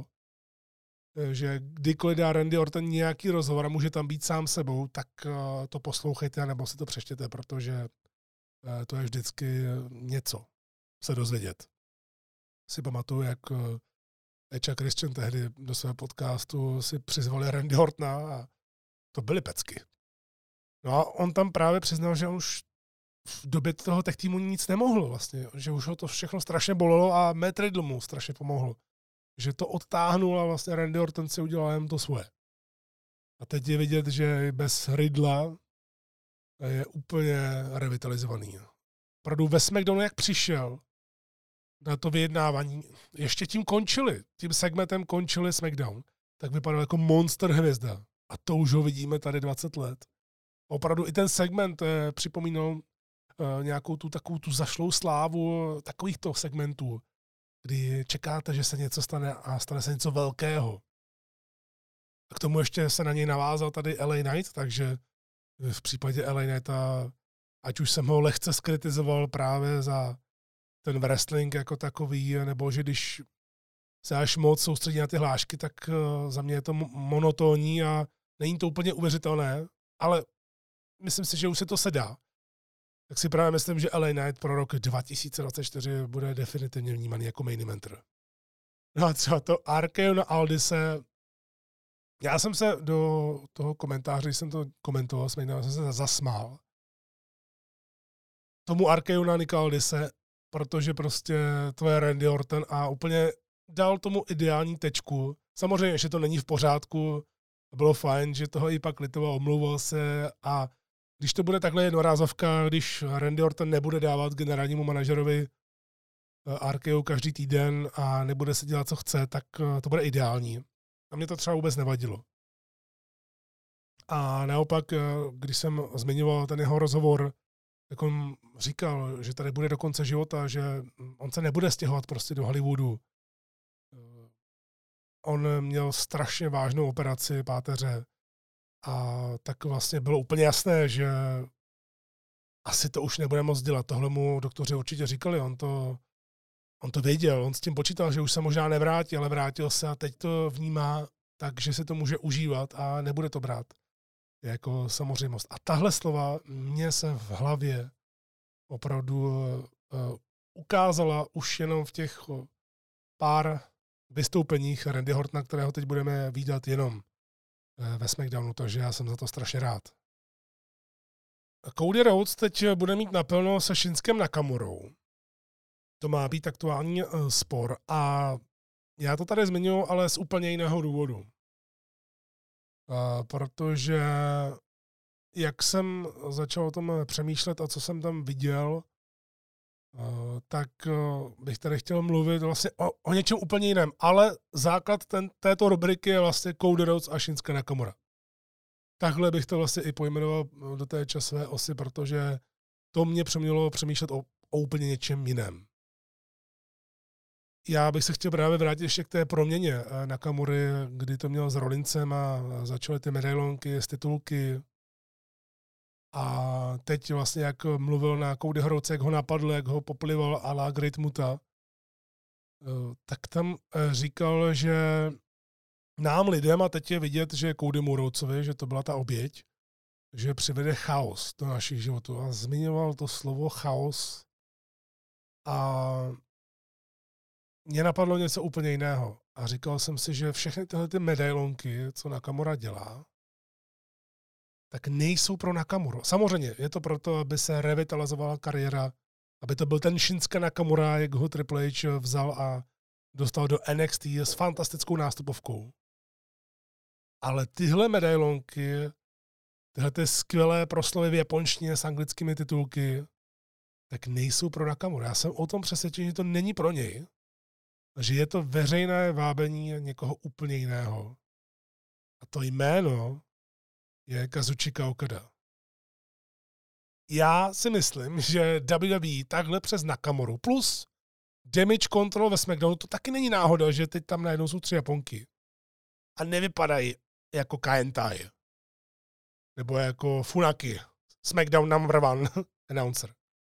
Že kdykoliv dá Randy Orton nějaký rozhovor a může tam být sám sebou, tak to poslouchejte nebo si to přečtěte, protože to je vždycky něco se dozvědět. Si pamatuju, jak Edge a Christian tehdy do svého podcastu si přizvali Randy Ortona a to byly pecky. No a on tam právě přiznal, že on už v době toho tech týmu nic nemohl vlastně, že už ho to všechno strašně bolelo a Matt Riddle mu strašně pomohl. Že to odtáhnul a vlastně Randy Orton si udělal jen to svoje. A teď je vidět, že bez Riddla je úplně revitalizovaný. Opravdu ve SmackDownu, jak přišel na to vyjednávání, ještě tím končili, tím segmentem končili SmackDown, tak vypadal jako monster hvězda. A to už ho vidíme tady dvacet let. Opravdu i ten segment eh, připomínal eh, nějakou tu takovou tu zašlou slávu takovýchto segmentů, kdy čekáte, že se něco stane a stane se něco velkého. A k tomu ještě se na něj navázal tady L A Knight, takže v případě L A Knighta, ať už jsem ho lehce skritizoval právě za ten wrestling jako takový, nebo že když se až moc soustředí na ty hlášky, tak za mě je to monotónní a není to úplně uvěřitelné, ale myslím si, že už se to sedá. Tak si právě myslím, že L A Knight pro rok dva tisíce dvacet čtyři bude definitivně vnímaný jako main eventer. No a třeba to R K O na Aldise, já jsem se do toho komentáře, když jsem to komentoval, jsem se zasmál. Tomu R K O na Nika Aldise, protože prostě to je Randy Orton a úplně dal tomu ideální tečku. Samozřejmě, že to není v pořádku, bylo fajn, že toho i pak litoval, omlouval se a když to bude takhle jednorázovka, když Randy Orton nebude dávat generálnímu manažerovi R K O každý týden a nebude se dělat, co chce, tak to bude ideální. A mě to třeba vůbec nevadilo. A naopak, když jsem zmiňoval ten jeho rozhovor, tak on říkal, že tady bude do konce života, že on se nebude stěhovat prostě do Hollywoodu. On měl strašně vážnou operaci páteře a tak vlastně bylo úplně jasné, že asi to už nebude moc dělat. Tohle mu doktoři určitě říkali, on to, on to věděl, on s tím počítal, že už se možná nevrátí, ale vrátil se a teď to vnímá tak, že se to může užívat a nebude to brát jako samozřejmost. A tahle slova mě se v hlavě opravdu uh, ukázala už jenom v těch uh, pár vystoupeních Randy Ortona, kterého teď budeme vídat jenom uh, ve SmackDownu, takže já jsem za to strašně rád. Cody Rhodes teď bude mít naplno se Shinskem Nakamurou. To má být aktuální uh, spor a já to tady zmiňuji, ale z úplně jiného důvodu. Uh, protože jak jsem začal o tom přemýšlet a co jsem tam viděl, uh, tak uh, bych tady chtěl mluvit vlastně o, o něčem úplně jiném. Ale základ ten, této rubriky je vlastně Cody Rhodes a Shinsuke Nakamura. Takhle bych to vlastně i pojmenoval do té časové osy, protože to mě přemělo přemýšlet o, o úplně něčem jiném. Já bych se chtěl právě vrátit ještě k té proměně Nakamury, kdy to měl s Rollinsem a začaly ty medailonky z titulky. A teď vlastně, jak mluvil na Cody Rhodese, jak ho napadl, jak ho poplival a la Great Muta, tak tam říkal, že nám lidem, a teď je vidět, že Codymu Rhodesovi, že to byla ta oběť, že přivede chaos do našich životů. A zmiňoval to slovo chaos a mě napadlo něco úplně jiného. A říkal jsem si, že všechny tyhle ty medailonky, co Nakamura dělá, tak nejsou pro Nakamuru. Samozřejmě, je to proto, aby se revitalizovala kariéra, aby to byl ten Shinsuke Nakamura, jak ho Triple H vzal a dostal do N X T s fantastickou nástupovkou. Ale tyhle medailonky, tyhle ty skvělé proslovy v japonštině s anglickými titulky, tak nejsou pro Nakamuru. Já jsem o tom přesvědčen, že to není pro něj, že je to veřejné vábení někoho úplně jiného. A to jméno je Kazuchika Okada. Já si myslím, že W W E takhle přes Nakamuru plus Damage Control ve SmackDownu, to taky není náhoda, že teď tam najednou jsou tři Japonky. A nevypadají jako Kaentai. Nebo jako Funaki. SmackDown number one announcer.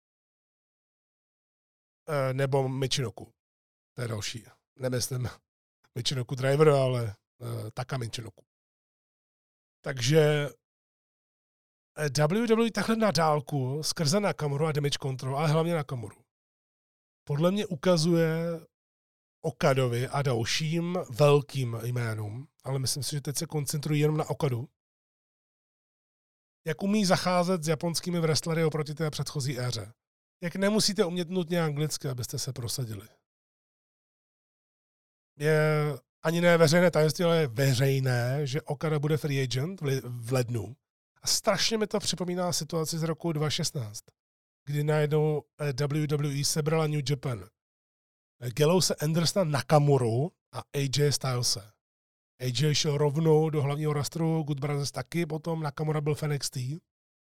E, nebo Michinoku. To je další. Nemyslím Michinoku Driver, ale uh, Taka Michinoku. Takže W W E takhle na dálku skrze Nakamuru a Damage Control, ale hlavně Nakamuru. Podle mě ukazuje Okadovi a dalším velkým jménům, ale myslím si, že teď se koncentrují jenom na Okadu, jak umí zacházet s japonskými wrestlery oproti té předchozí éře. Jak nemusíte umět nutně anglicky, abyste se prosadili. Je ani ne veřejné tajemství, ale je veřejné, že Okada bude free agent v lednu. A strašně mi to připomíná situaci z roku dva tisíce šestnáct, kdy najednou W W E sebrala New Japan. Gallows Andersona, Nakamuru a A J Stylese. A J šel rovnou do hlavního rostru, Good Brothers taky, potom Nakamura byl v N X T.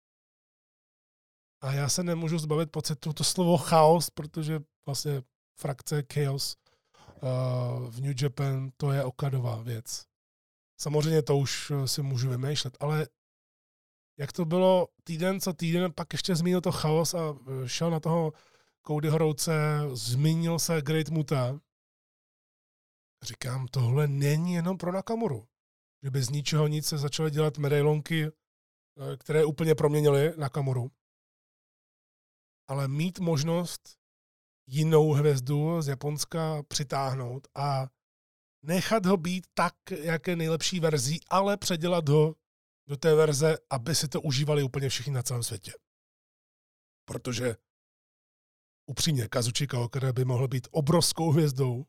A já se nemůžu zbavit pocitu to slovo chaos, protože vlastně frakce Chaos uh, v New Japan, to je Okadová věc. Samozřejmě to už si můžu vymýšlet, ale jak to bylo týden co týden, pak ještě zmínil to chaos a šel na toho Codyho Rhodese, zmínil se Great Muta. Říkám, tohle není jenom pro Nakamuru. Že by z ničeho nic se začaly dělat medailonky, které úplně proměnily Nakamuru. Ale mít možnost jinou hvězdu z Japonska přitáhnout a nechat ho být tak, jak je nejlepší verzí, ale předělat ho do té verze, aby si to užívali úplně všichni na celém světě. Protože upřímně Kazuchika Okada by mohl být obrovskou hvězdou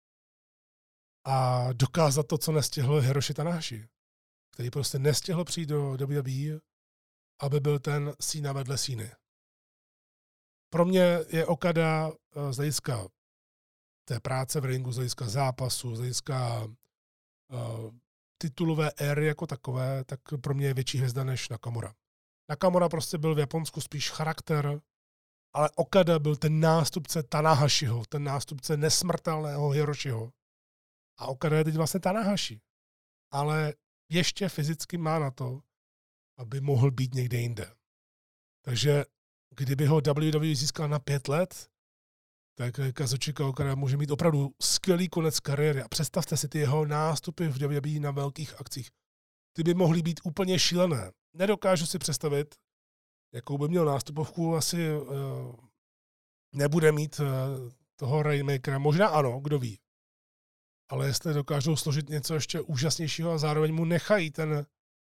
a dokázat to, co nestihl Hiroshi Tanahashi, který prostě nestihl přijít do W W E, aby byl ten Cena vedle Ceny. Pro mě je Okada z hlediska té práce v ringu, z hlediska zápasu, z hlediska uh, titulové éry jako takové, tak pro mě je větší hvězda než Nakamura. Nakamura prostě byl v Japonsku spíš charakter, ale Okada byl ten nástupce Tanahashiho, ten nástupce nesmrtelného Hiroshiho. A Okada je teď vlastně Tanahashi. Ale ještě fyzicky má na to, aby mohl být někde jinde. Takže kdyby ho W W E získal na pět let, tak Kazuchika Okada může mít opravdu skvělý konec kariéry. A představte si ty jeho nástupy v W W E na velkých akcích. Ty by mohly být úplně šílené. Nedokážu si představit, jakou by měl nástupovku, asi uh, nebude mít uh, toho Rainmakera. Možná ano, kdo ví. Ale jestli dokážou složit něco ještě úžasnějšího a zároveň mu nechají ten, uh,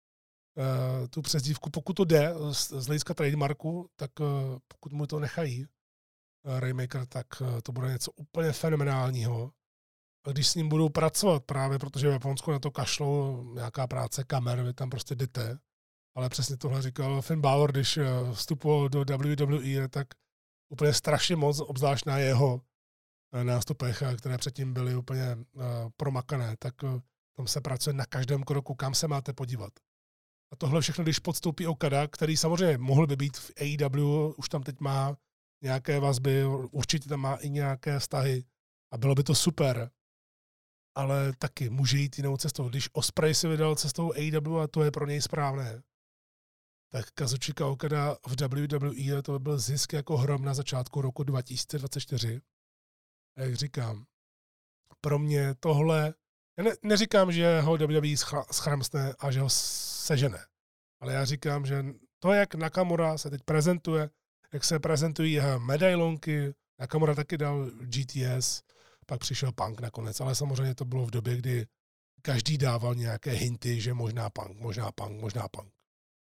tu přezdívku, pokud to jde z, z hlediska trademarku, tak uh, pokud mu to nechají uh, Rainmaker, tak uh, to bude něco úplně fenomenálního. A když s ním budou pracovat právě, protože v Japonsku na to kašlou nějaká práce kamer, vy tam prostě jdete. Ale přesně tohle říkal Finn Balor, když vstupoval do W W E, tak úplně strašně moc, obzvlášť na jeho nástupech, které předtím byly úplně promakané, tak tam se pracuje na každém kroku, kam se máte podívat. A tohle všechno, když podstoupí Okada, který samozřejmě mohl by být v A E W, už tam teď má nějaké vazby, určitě tam má i nějaké vztahy a bylo by to super. Ale taky může jít jinou cestou. Když Ospreay si vydal cestou A E W a to je pro něj správné, tak Kazuchika Okada v W W E to by byl zisk jako hrom na začátku roku dva tisíce dvacet čtyři. A jak říkám, pro mě tohle, já ne, neříkám, že ho W W E schramstne a že ho sežene, ale já říkám, že to, jak Nakamura se teď prezentuje, jak se prezentují jeho medailonky, Nakamura taky dal G T S, pak přišel Punk nakonec, ale samozřejmě to bylo v době, kdy každý dával nějaké hinty, že možná Punk, možná Punk, možná Punk.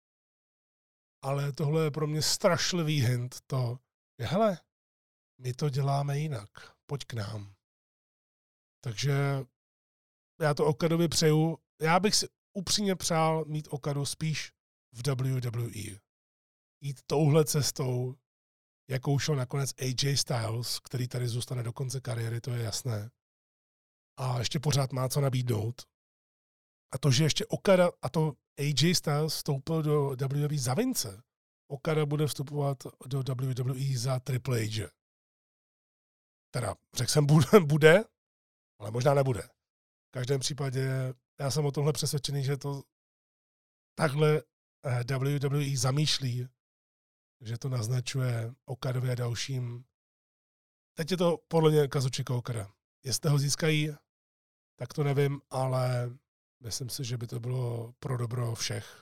Ale tohle je pro mě strašlivý hint, to je, hele, my to děláme jinak, pojď k nám. Takže já to Okadovi přeju, já bych si upřímně přál mít Okadu spíš v W W E. Jít touhle cestou, jakou šel nakonec A J Styles, který tady zůstane do konce kariéry, to je jasné. A ještě pořád má co nabídnout. A to, že ještě Okada, a to A J Styles vstoupil do W W E za Vince. Okada bude vstupovat do W W E za Triple H. Teda, řekl jsem, bude, ale možná nebude. V každém případě já jsem o tomhle přesvědčený, že to takhle W W E zamýšlí, že to naznačuje Okadovi a dalším. Teď je to podle mě Kazuchika Okada. Jestli ho získají, tak to nevím, ale myslím si, že by to bylo pro dobro všech.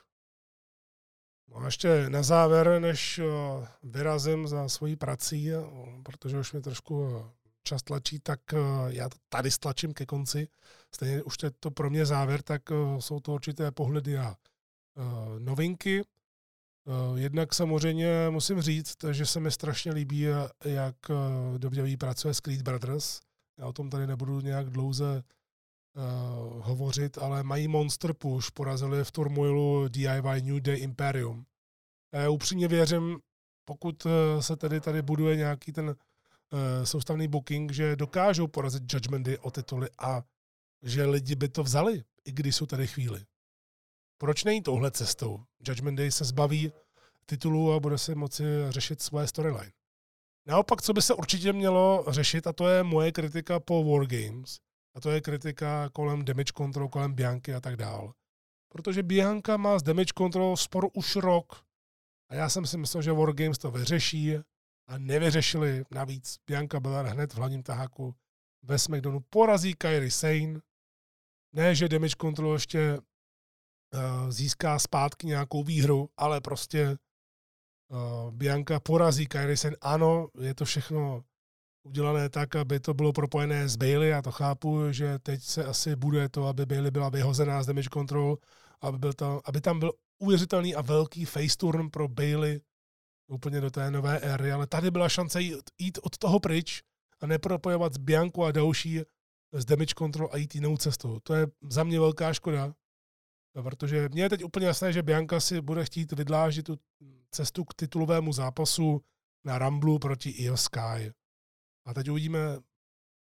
No a ještě na závěr, než vyrazím za svojí prací, protože už mi trošku čas tlačí, tak já to tady stlačím ke konci. Stejně už je to pro mě závěr, tak jsou to určité pohledy a novinky. Jednak samozřejmě musím říct, že se mi strašně líbí, jak W W E pracuje s Creed Brothers. Já o tom tady nebudu nějak dlouze uh, hovořit, ale mají Monster Push, porazili v turmoilu D I Y New Day Imperium. Já upřímně věřím, pokud se tady tady buduje nějaký ten uh, soustavný booking, že dokážou porazit Judgment Day o tituly a že lidi by to vzali, i když jsou tady chvíli. Proč nejít touhle cestou? Judgment Day se zbaví titulu a bude si moci řešit svoje storyline. Naopak, co by se určitě mělo řešit, a to je moje kritika po War Games, a to je kritika kolem Damage Control, kolem Bianky a tak dál. Protože Bianca má s Damage Control spor už rok. A já jsem si myslel, že War Games to vyřeší a nevyřešili. Navíc Bianca byla hned v hlavním taháku ve SmackDownu. Porazí Kairi Sane. Ne, že Damage Control ještě uh, získá zpátky nějakou výhru, ale prostě uh, Bianca porazí Kairi Sane. Ano, je to všechno udělané tak, aby to bylo propojené s Bayley. Já to chápu, že teď se asi bude to, aby Bayley byla vyhozená z Damage Control, aby, byl tam, aby tam byl uvěřitelný a velký face turn pro Bayley úplně do té nové éry, ale tady byla šance jít, jít od toho pryč a nepropojovat s Biankou a další z Damage Control a jít jinou cestou. To je za mě velká škoda, protože mně je teď úplně jasné, že Bianca si bude chtít vydlážit tu cestu k titulovému zápasu na Rumble proti Io Sky. A teď uvidíme,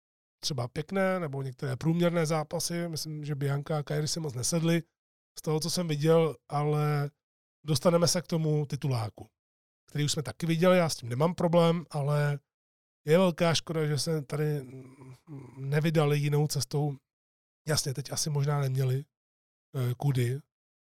třeba pěkné, nebo některé průměrné zápasy. Myslím, že Bianca a Kairi si moc nesedli z toho, co jsem viděl, ale dostaneme se k tomu tituláku, který už jsme taky viděli, já s tím nemám problém, ale je velká škoda, že se tady nevydali jinou cestou. Jasně, teď asi možná neměli kudy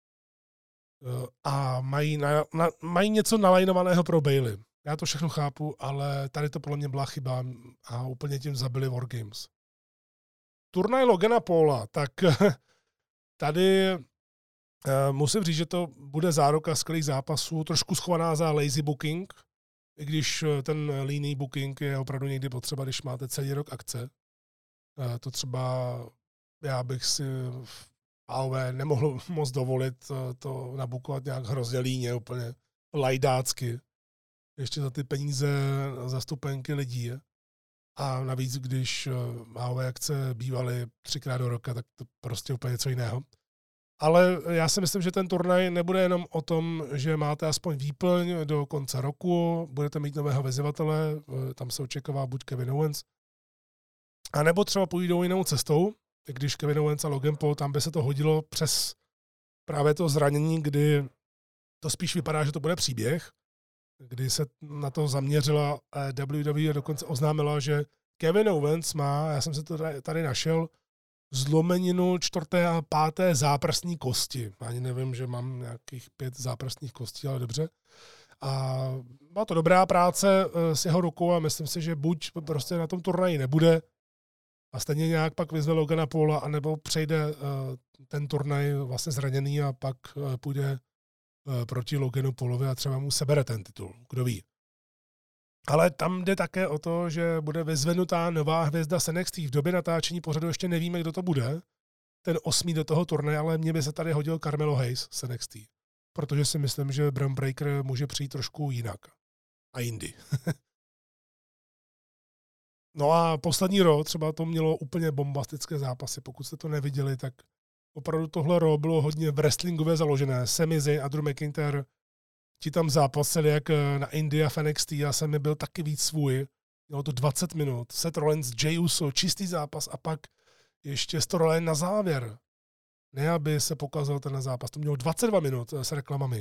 a mají, na, na, mají něco nalajnovaného pro Bayley. Já to všechno chápu, ale tady to podle mě byla chyba a úplně tím zabili Wargames. Turnaj Logana Paula, tak tady musím říct, že to bude záruka skvělých zápasů, trošku schovaná za lazy booking, i když ten líný booking je opravdu někdy potřeba, když máte celý rok akce. To třeba já bych si v á ó vé nemohl moc dovolit to nabukovat nějak hrozně líně, úplně lajdácky. Ještě za ty peníze, za stupenky lidí. A navíc, když á ó vé akce bývaly třikrát do roka, tak to prostě úplně něco jiného. Ale já si myslím, že ten turnaj nebude jenom o tom, že máte aspoň výplň do konce roku, budete mít nového vyzývatele, tam se očekává buď Kevin Owens, a nebo třeba půjdou jinou cestou, když Kevin Owens a Logan Paul, tam by se to hodilo přes právě to zranění, kdy to spíš vypadá, že to bude příběh, kdy se na to zaměřila W W E a dokonce oznámila, že Kevin Owens má, já jsem se to tady našel, zlomeninu čtvrté a páté záprsní kosti. Ani nevím, že mám nějakých pět záprsních kostí, ale dobře. A byla to dobrá práce s jeho rukou a myslím si, že buď prostě na tom turnaji nebude a stejně nějak pak vyzve Logana Paula, anebo přejde ten turnaj vlastně zraněný a pak půjde proti Loganu Paulovi a třeba mu sebere ten titul. Kdo ví. Ale tam jde také o to, že bude vyzvednutá nová hvězda z N X T. V době natáčení pořadu ještě nevíme, kdo to bude. Ten osmý do toho turnaje, ale mně by se tady hodil Carmelo Hayes z N X T. Protože si myslím, že Bron Breakker může přijít trošku jinak. A jindy. No a poslední Raw třeba to mělo úplně bombastické zápasy. Pokud jste to neviděli, tak opravdu tohle Raw bylo hodně wrestlingově založené. Sami Zayn a Drew McIntyre ti tam zápasili jak na Indii a v N X T, já jsem mi byl taky víc svůj. Mělo to dvacet minut, Seth Rollins, Jey Uso, čistý zápas a pak ještě storyline na závěr. Ne, aby se pokazal ten zápas, to mělo dvacet dva minut s reklamami.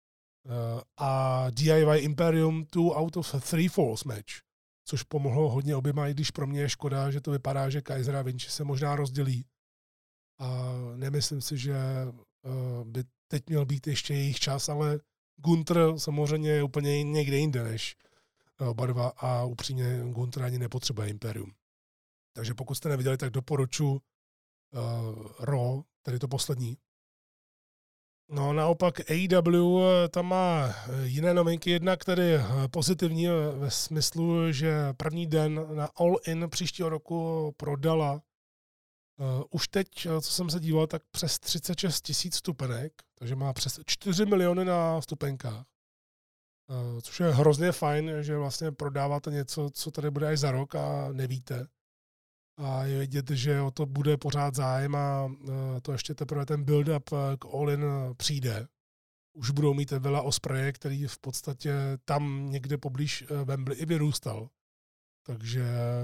A D I Y Imperium two out of three falls match, což pomohlo hodně oběma, i když pro mě je škoda, že to vypadá, že Kaiser a Vinci se možná rozdělí. A nemyslím si, že by teď měl být ještě jejich čas, ale Gunther samozřejmě je úplně někde jinde než oba dva a upřímně Gunther ani nepotřebuje Imperium. Takže pokud jste neviděli, tak doporučuji uh, Raw, tedy to poslední. No naopak A E W tam má jiné novinky, jednak tedy pozitivní ve smyslu, že první den na All In příštího roku prodala Uh, už teď, co jsem se díval, tak přes třicet šest tisíc stupenek, takže má přes čtyři miliony na stupenkách. Uh, což je hrozně fajn, že vlastně prodáváte něco, co tady bude až za rok a nevíte. A je vidět, že o to bude pořád zájem a uh, to ještě teprve ten build-up k All-In přijde. Už budou mít Vela Ospreje, který v podstatě tam někde poblíž Wembley i vyrůstal. Takže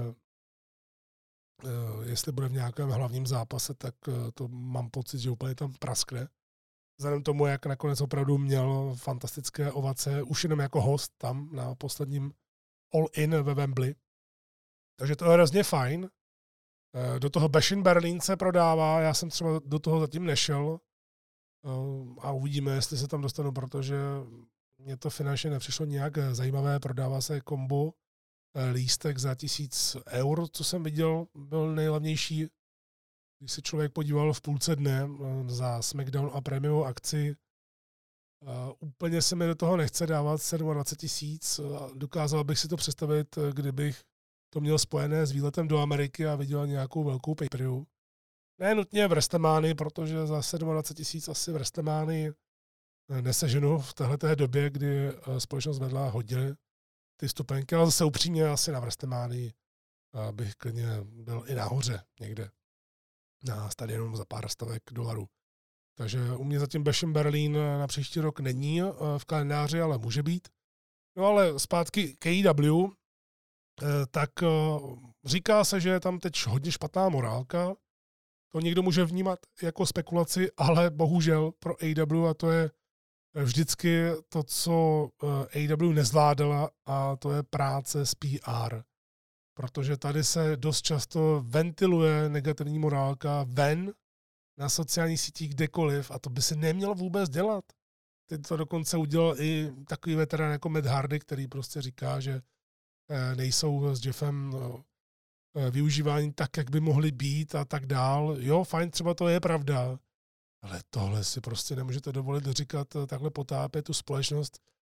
jestli bude v nějakém hlavním zápase, tak to mám pocit, že úplně tam praskne. Vzhledem tomu, jak nakonec opravdu měl fantastické ovace, už jenom jako host tam na posledním All-In ve Wembley. Takže to je hrozně fajn. Do toho Bash in Berlin se prodává, já jsem třeba do toho zatím nešel a uvidíme, jestli se tam dostanu, protože mě to finančně nepřišlo nějak zajímavé. Prodává se kombo lístek za tisíc eur, co jsem viděl, byl nejlevnější. Když se člověk podíval v půlce dne za SmackDown a premium akci, úplně se mi do toho nechce dávat dvacet sedm tisíc. Dokázal bych si to představit, kdybych to měl spojené s výletem do Ameriky a viděl nějakou velkou pay-per-view. Ne nutně v WrestleManii, protože za dvacet sedm tisíc asi v WrestleManii neseženu v téhleté době, kdy společnost vedla hodně ty stupenky, ale zase upřímně asi na WrestleManii bych klidně byl i nahoře někde na stadionu za pár stovek dolarů. Takže u mě zatím Bash in Berlin na příští rok není v kalendáři, ale může být. No ale zpátky k A E W. tak říká se, že je tam teď hodně špatná morálka. To někdo může vnímat jako spekulaci, ale bohužel pro A E W, a to je vždycky to, co A E W nezvládala, a to je práce s P R. Protože tady se dost často ventiluje negativní morálka ven na sociálních sítích kdekoliv a to by se nemělo vůbec dělat. Teď to dokonce udělal i takový veterán jako Matt Hardy, který prostě říká, že nejsou s Jeffem využívání tak, jak by mohly být a tak dál. Jo, fajn, třeba to je pravda, ale tohle si prostě nemůžete dovolit říkat, takhle potápět tu společnost.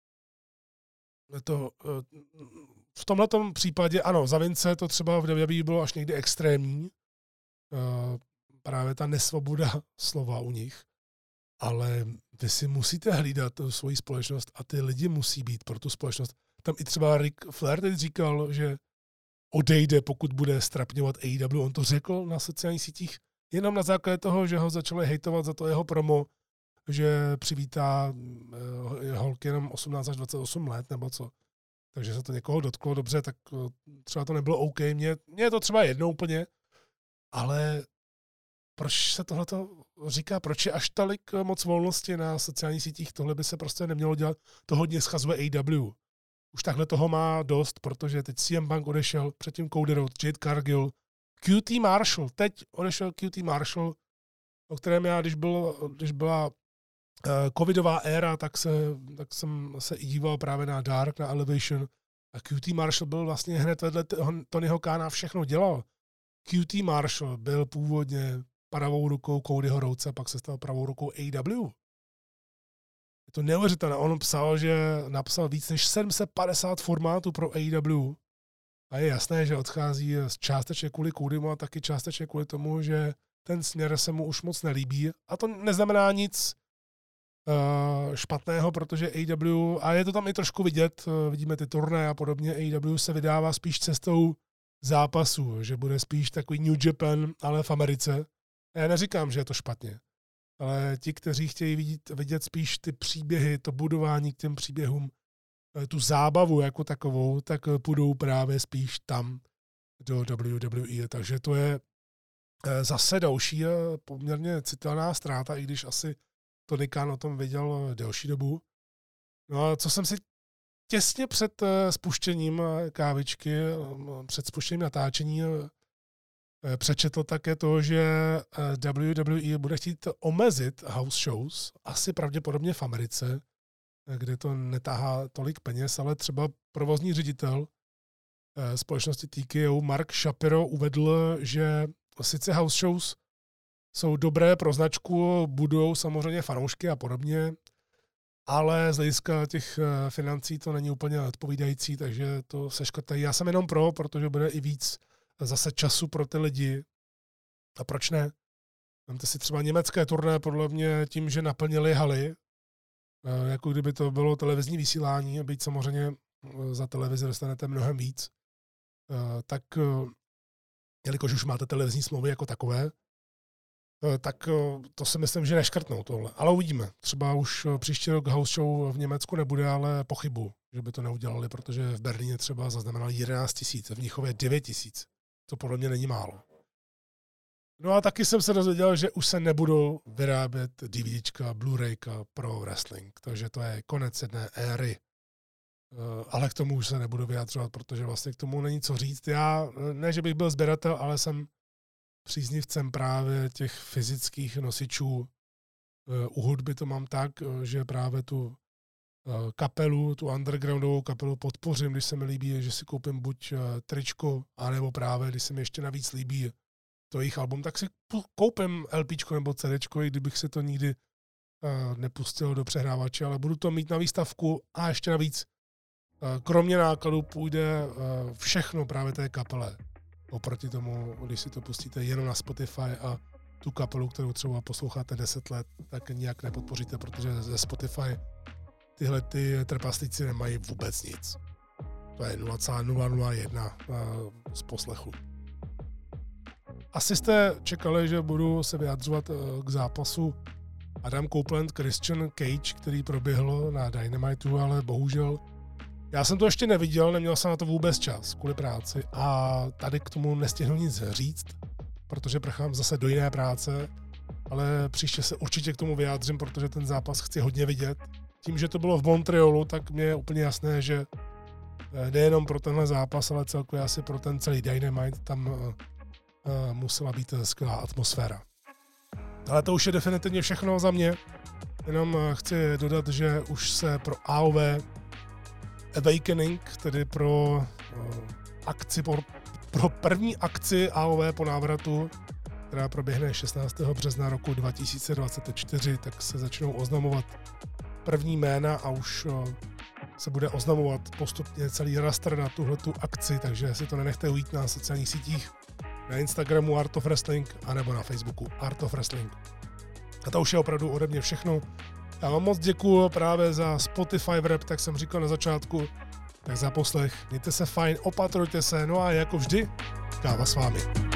To, v tomhletom případě, ano, za Vince to třeba v W W E bylo až někdy extrémní, právě ta nesvoboda slova u nich, ale vy si musíte hlídat tu svoji společnost a ty lidi musí být pro tu společnost. Tam i třeba Ric Flair teď říkal, že odejde, pokud bude strapňovat A E W. On to řekl na sociálních sítích jenom na základě toho, že ho začali hejtovat za to jeho promo, že přivítá holky jenom osmnáct až dvacet osm let, nebo co. Takže se to někoho dotklo, dobře, tak třeba to nebylo OK. Mně, mně je to třeba jedno úplně, ale proč se tohleto říká, proč je až tolik moc volnosti na sociálních sítích, tohle by se prostě nemělo dělat, to hodně schazuje A E W. Už takhle toho má dost, protože teď C M Punk odešel, předtím Cody Rhodes, Jade Cargill, Q T Marshall, teď odešel Q T Marshall, o kterém já, když, byl, když byla uh, covidová éra, tak, se, tak jsem se i díval právě na Dark, na Elevation a Q T Marshall byl vlastně hned vedle Tonyho Khána, všechno dělal. Q T Marshall byl původně pravou rukou Codyho Rhodese, pak se stal pravou rukou A E W. Je to neuvěřitelné. On psal, že napsal víc než sedm set padesát formátů pro A E W a je jasné, že odchází z částečně kvůli Codymu a taky částečně kvůli tomu, že ten směr se mu už moc nelíbí. A to neznamená nic uh, špatného, protože A E W, a je to tam i trošku vidět, uh, vidíme ty turné a podobně, A E W se vydává spíš cestou zápasů, že bude spíš takový New Japan, ale v Americe. Já neříkám, že je to špatně, ale ti, kteří chtějí vidět, vidět spíš ty příběhy, to budování k těm příběhům, tu zábavu jako takovou, tak půjdou právě spíš tam do W W E. Takže to je zase další poměrně citelná ztráta, i když asi Tony Khan o tom věděl delší dobu. No a co jsem si těsně před spuštěním kávičky, před spuštěním natáčení přečetl také to, že W W E bude chtít omezit house shows, asi pravděpodobně v Americe, kde to netáhá tolik peněz, ale třeba provozní ředitel společnosti T K O Mark Shapiro uvedl, že sice house shows jsou dobré pro značku, budou samozřejmě fanoušky a podobně, ale z hlediska těch financí to není úplně odpovídající, takže to seškrtají. Já jsem jenom pro, protože bude i víc zase času pro ty lidi. A proč ne? Vemte si třeba německé turné, podle mě tím, že naplnili haly, jako kdyby to bylo televizní vysílání, byť samozřejmě za televizi dostanete mnohem víc, tak jelikož už máte televizní smlouvy jako takové, tak to si myslím, že neškrtnou tohle. Ale uvidíme. Třeba už příští rok house show v Německu nebude, ale pochybu, že by to neudělali, protože v Berlíně třeba zaznamenali jedenáct tisíc, v Mnichově devět tisíc. To podle mě není málo. No a taky jsem se dozvěděl, že už se nebudou vyrábět DVDčka, Blu-rayka pro wrestling, takže to je konec jedné éry. Ale k tomu už se nebudu vyjadřovat, protože vlastně k tomu není co říct. Já, ne, že bych byl sběratel, ale jsem příznivcem právě těch fyzických nosičů. U hudby to mám tak, že právě tu kapelu, tu undergroundovou kapelu podpořím, když se mi líbí, že si koupím buď tričko, anebo právě, když se mi ještě navíc líbí to jejich album, tak si koupím LPčko nebo CDčko, i kdybych se to nikdy nepustil do přehrávače, ale budu to mít na výstavku a ještě navíc kromě nákladu půjde všechno právě té kapele. Oproti tomu, když si to pustíte jenom na Spotify a tu kapelu, kterou třeba posloucháte deset let, tak nijak nepodpoříte, protože ze Spotify tyhle ty trpaslíci nemají vůbec nic. To je nula celá nula nula jedna z poslechu. Asi jste čekali, že budu se vyjadřovat k zápasu Adam Copeland, Christian Cage, který proběhl na Dynamitu, ale bohužel Já jsem to ještě neviděl, neměl jsem na to vůbec čas kvůli práci a tady k tomu nestihnu nic říct, protože prchám zase do jiné práce, ale příště se určitě k tomu vyjádřím, protože ten zápas chci hodně vidět. Tím, že to bylo v Montrealu, tak mě je úplně jasné, že nejenom pro tenhle zápas, ale celkově asi pro ten celý Dynamite tam uh, uh, musela být skvělá atmosféra. Ale to už je definitivně všechno za mě. Jenom uh, chci dodat, že už se pro A O V Awakening, tedy pro uh, akci, pro, pro první akci A O V po návratu, která proběhne šestnáctého března roku dva tisíce dvacet čtyři, tak se začnou oznamovat první jména a už uh, se bude oznamovat postupně celý raster na tuhletu akci, takže si to nenechte ujít na sociálních sítích, na Instagramu Art of Wrestling, anebo na Facebooku Art of Wrestling. A to už je opravdu ode mě všechno. Já vám moc děkuju právě za Spotify rap, tak jsem říkal na začátku, tak za poslech. Mějte se fajn, opatrujte se, no a jako vždy, káva s vámi.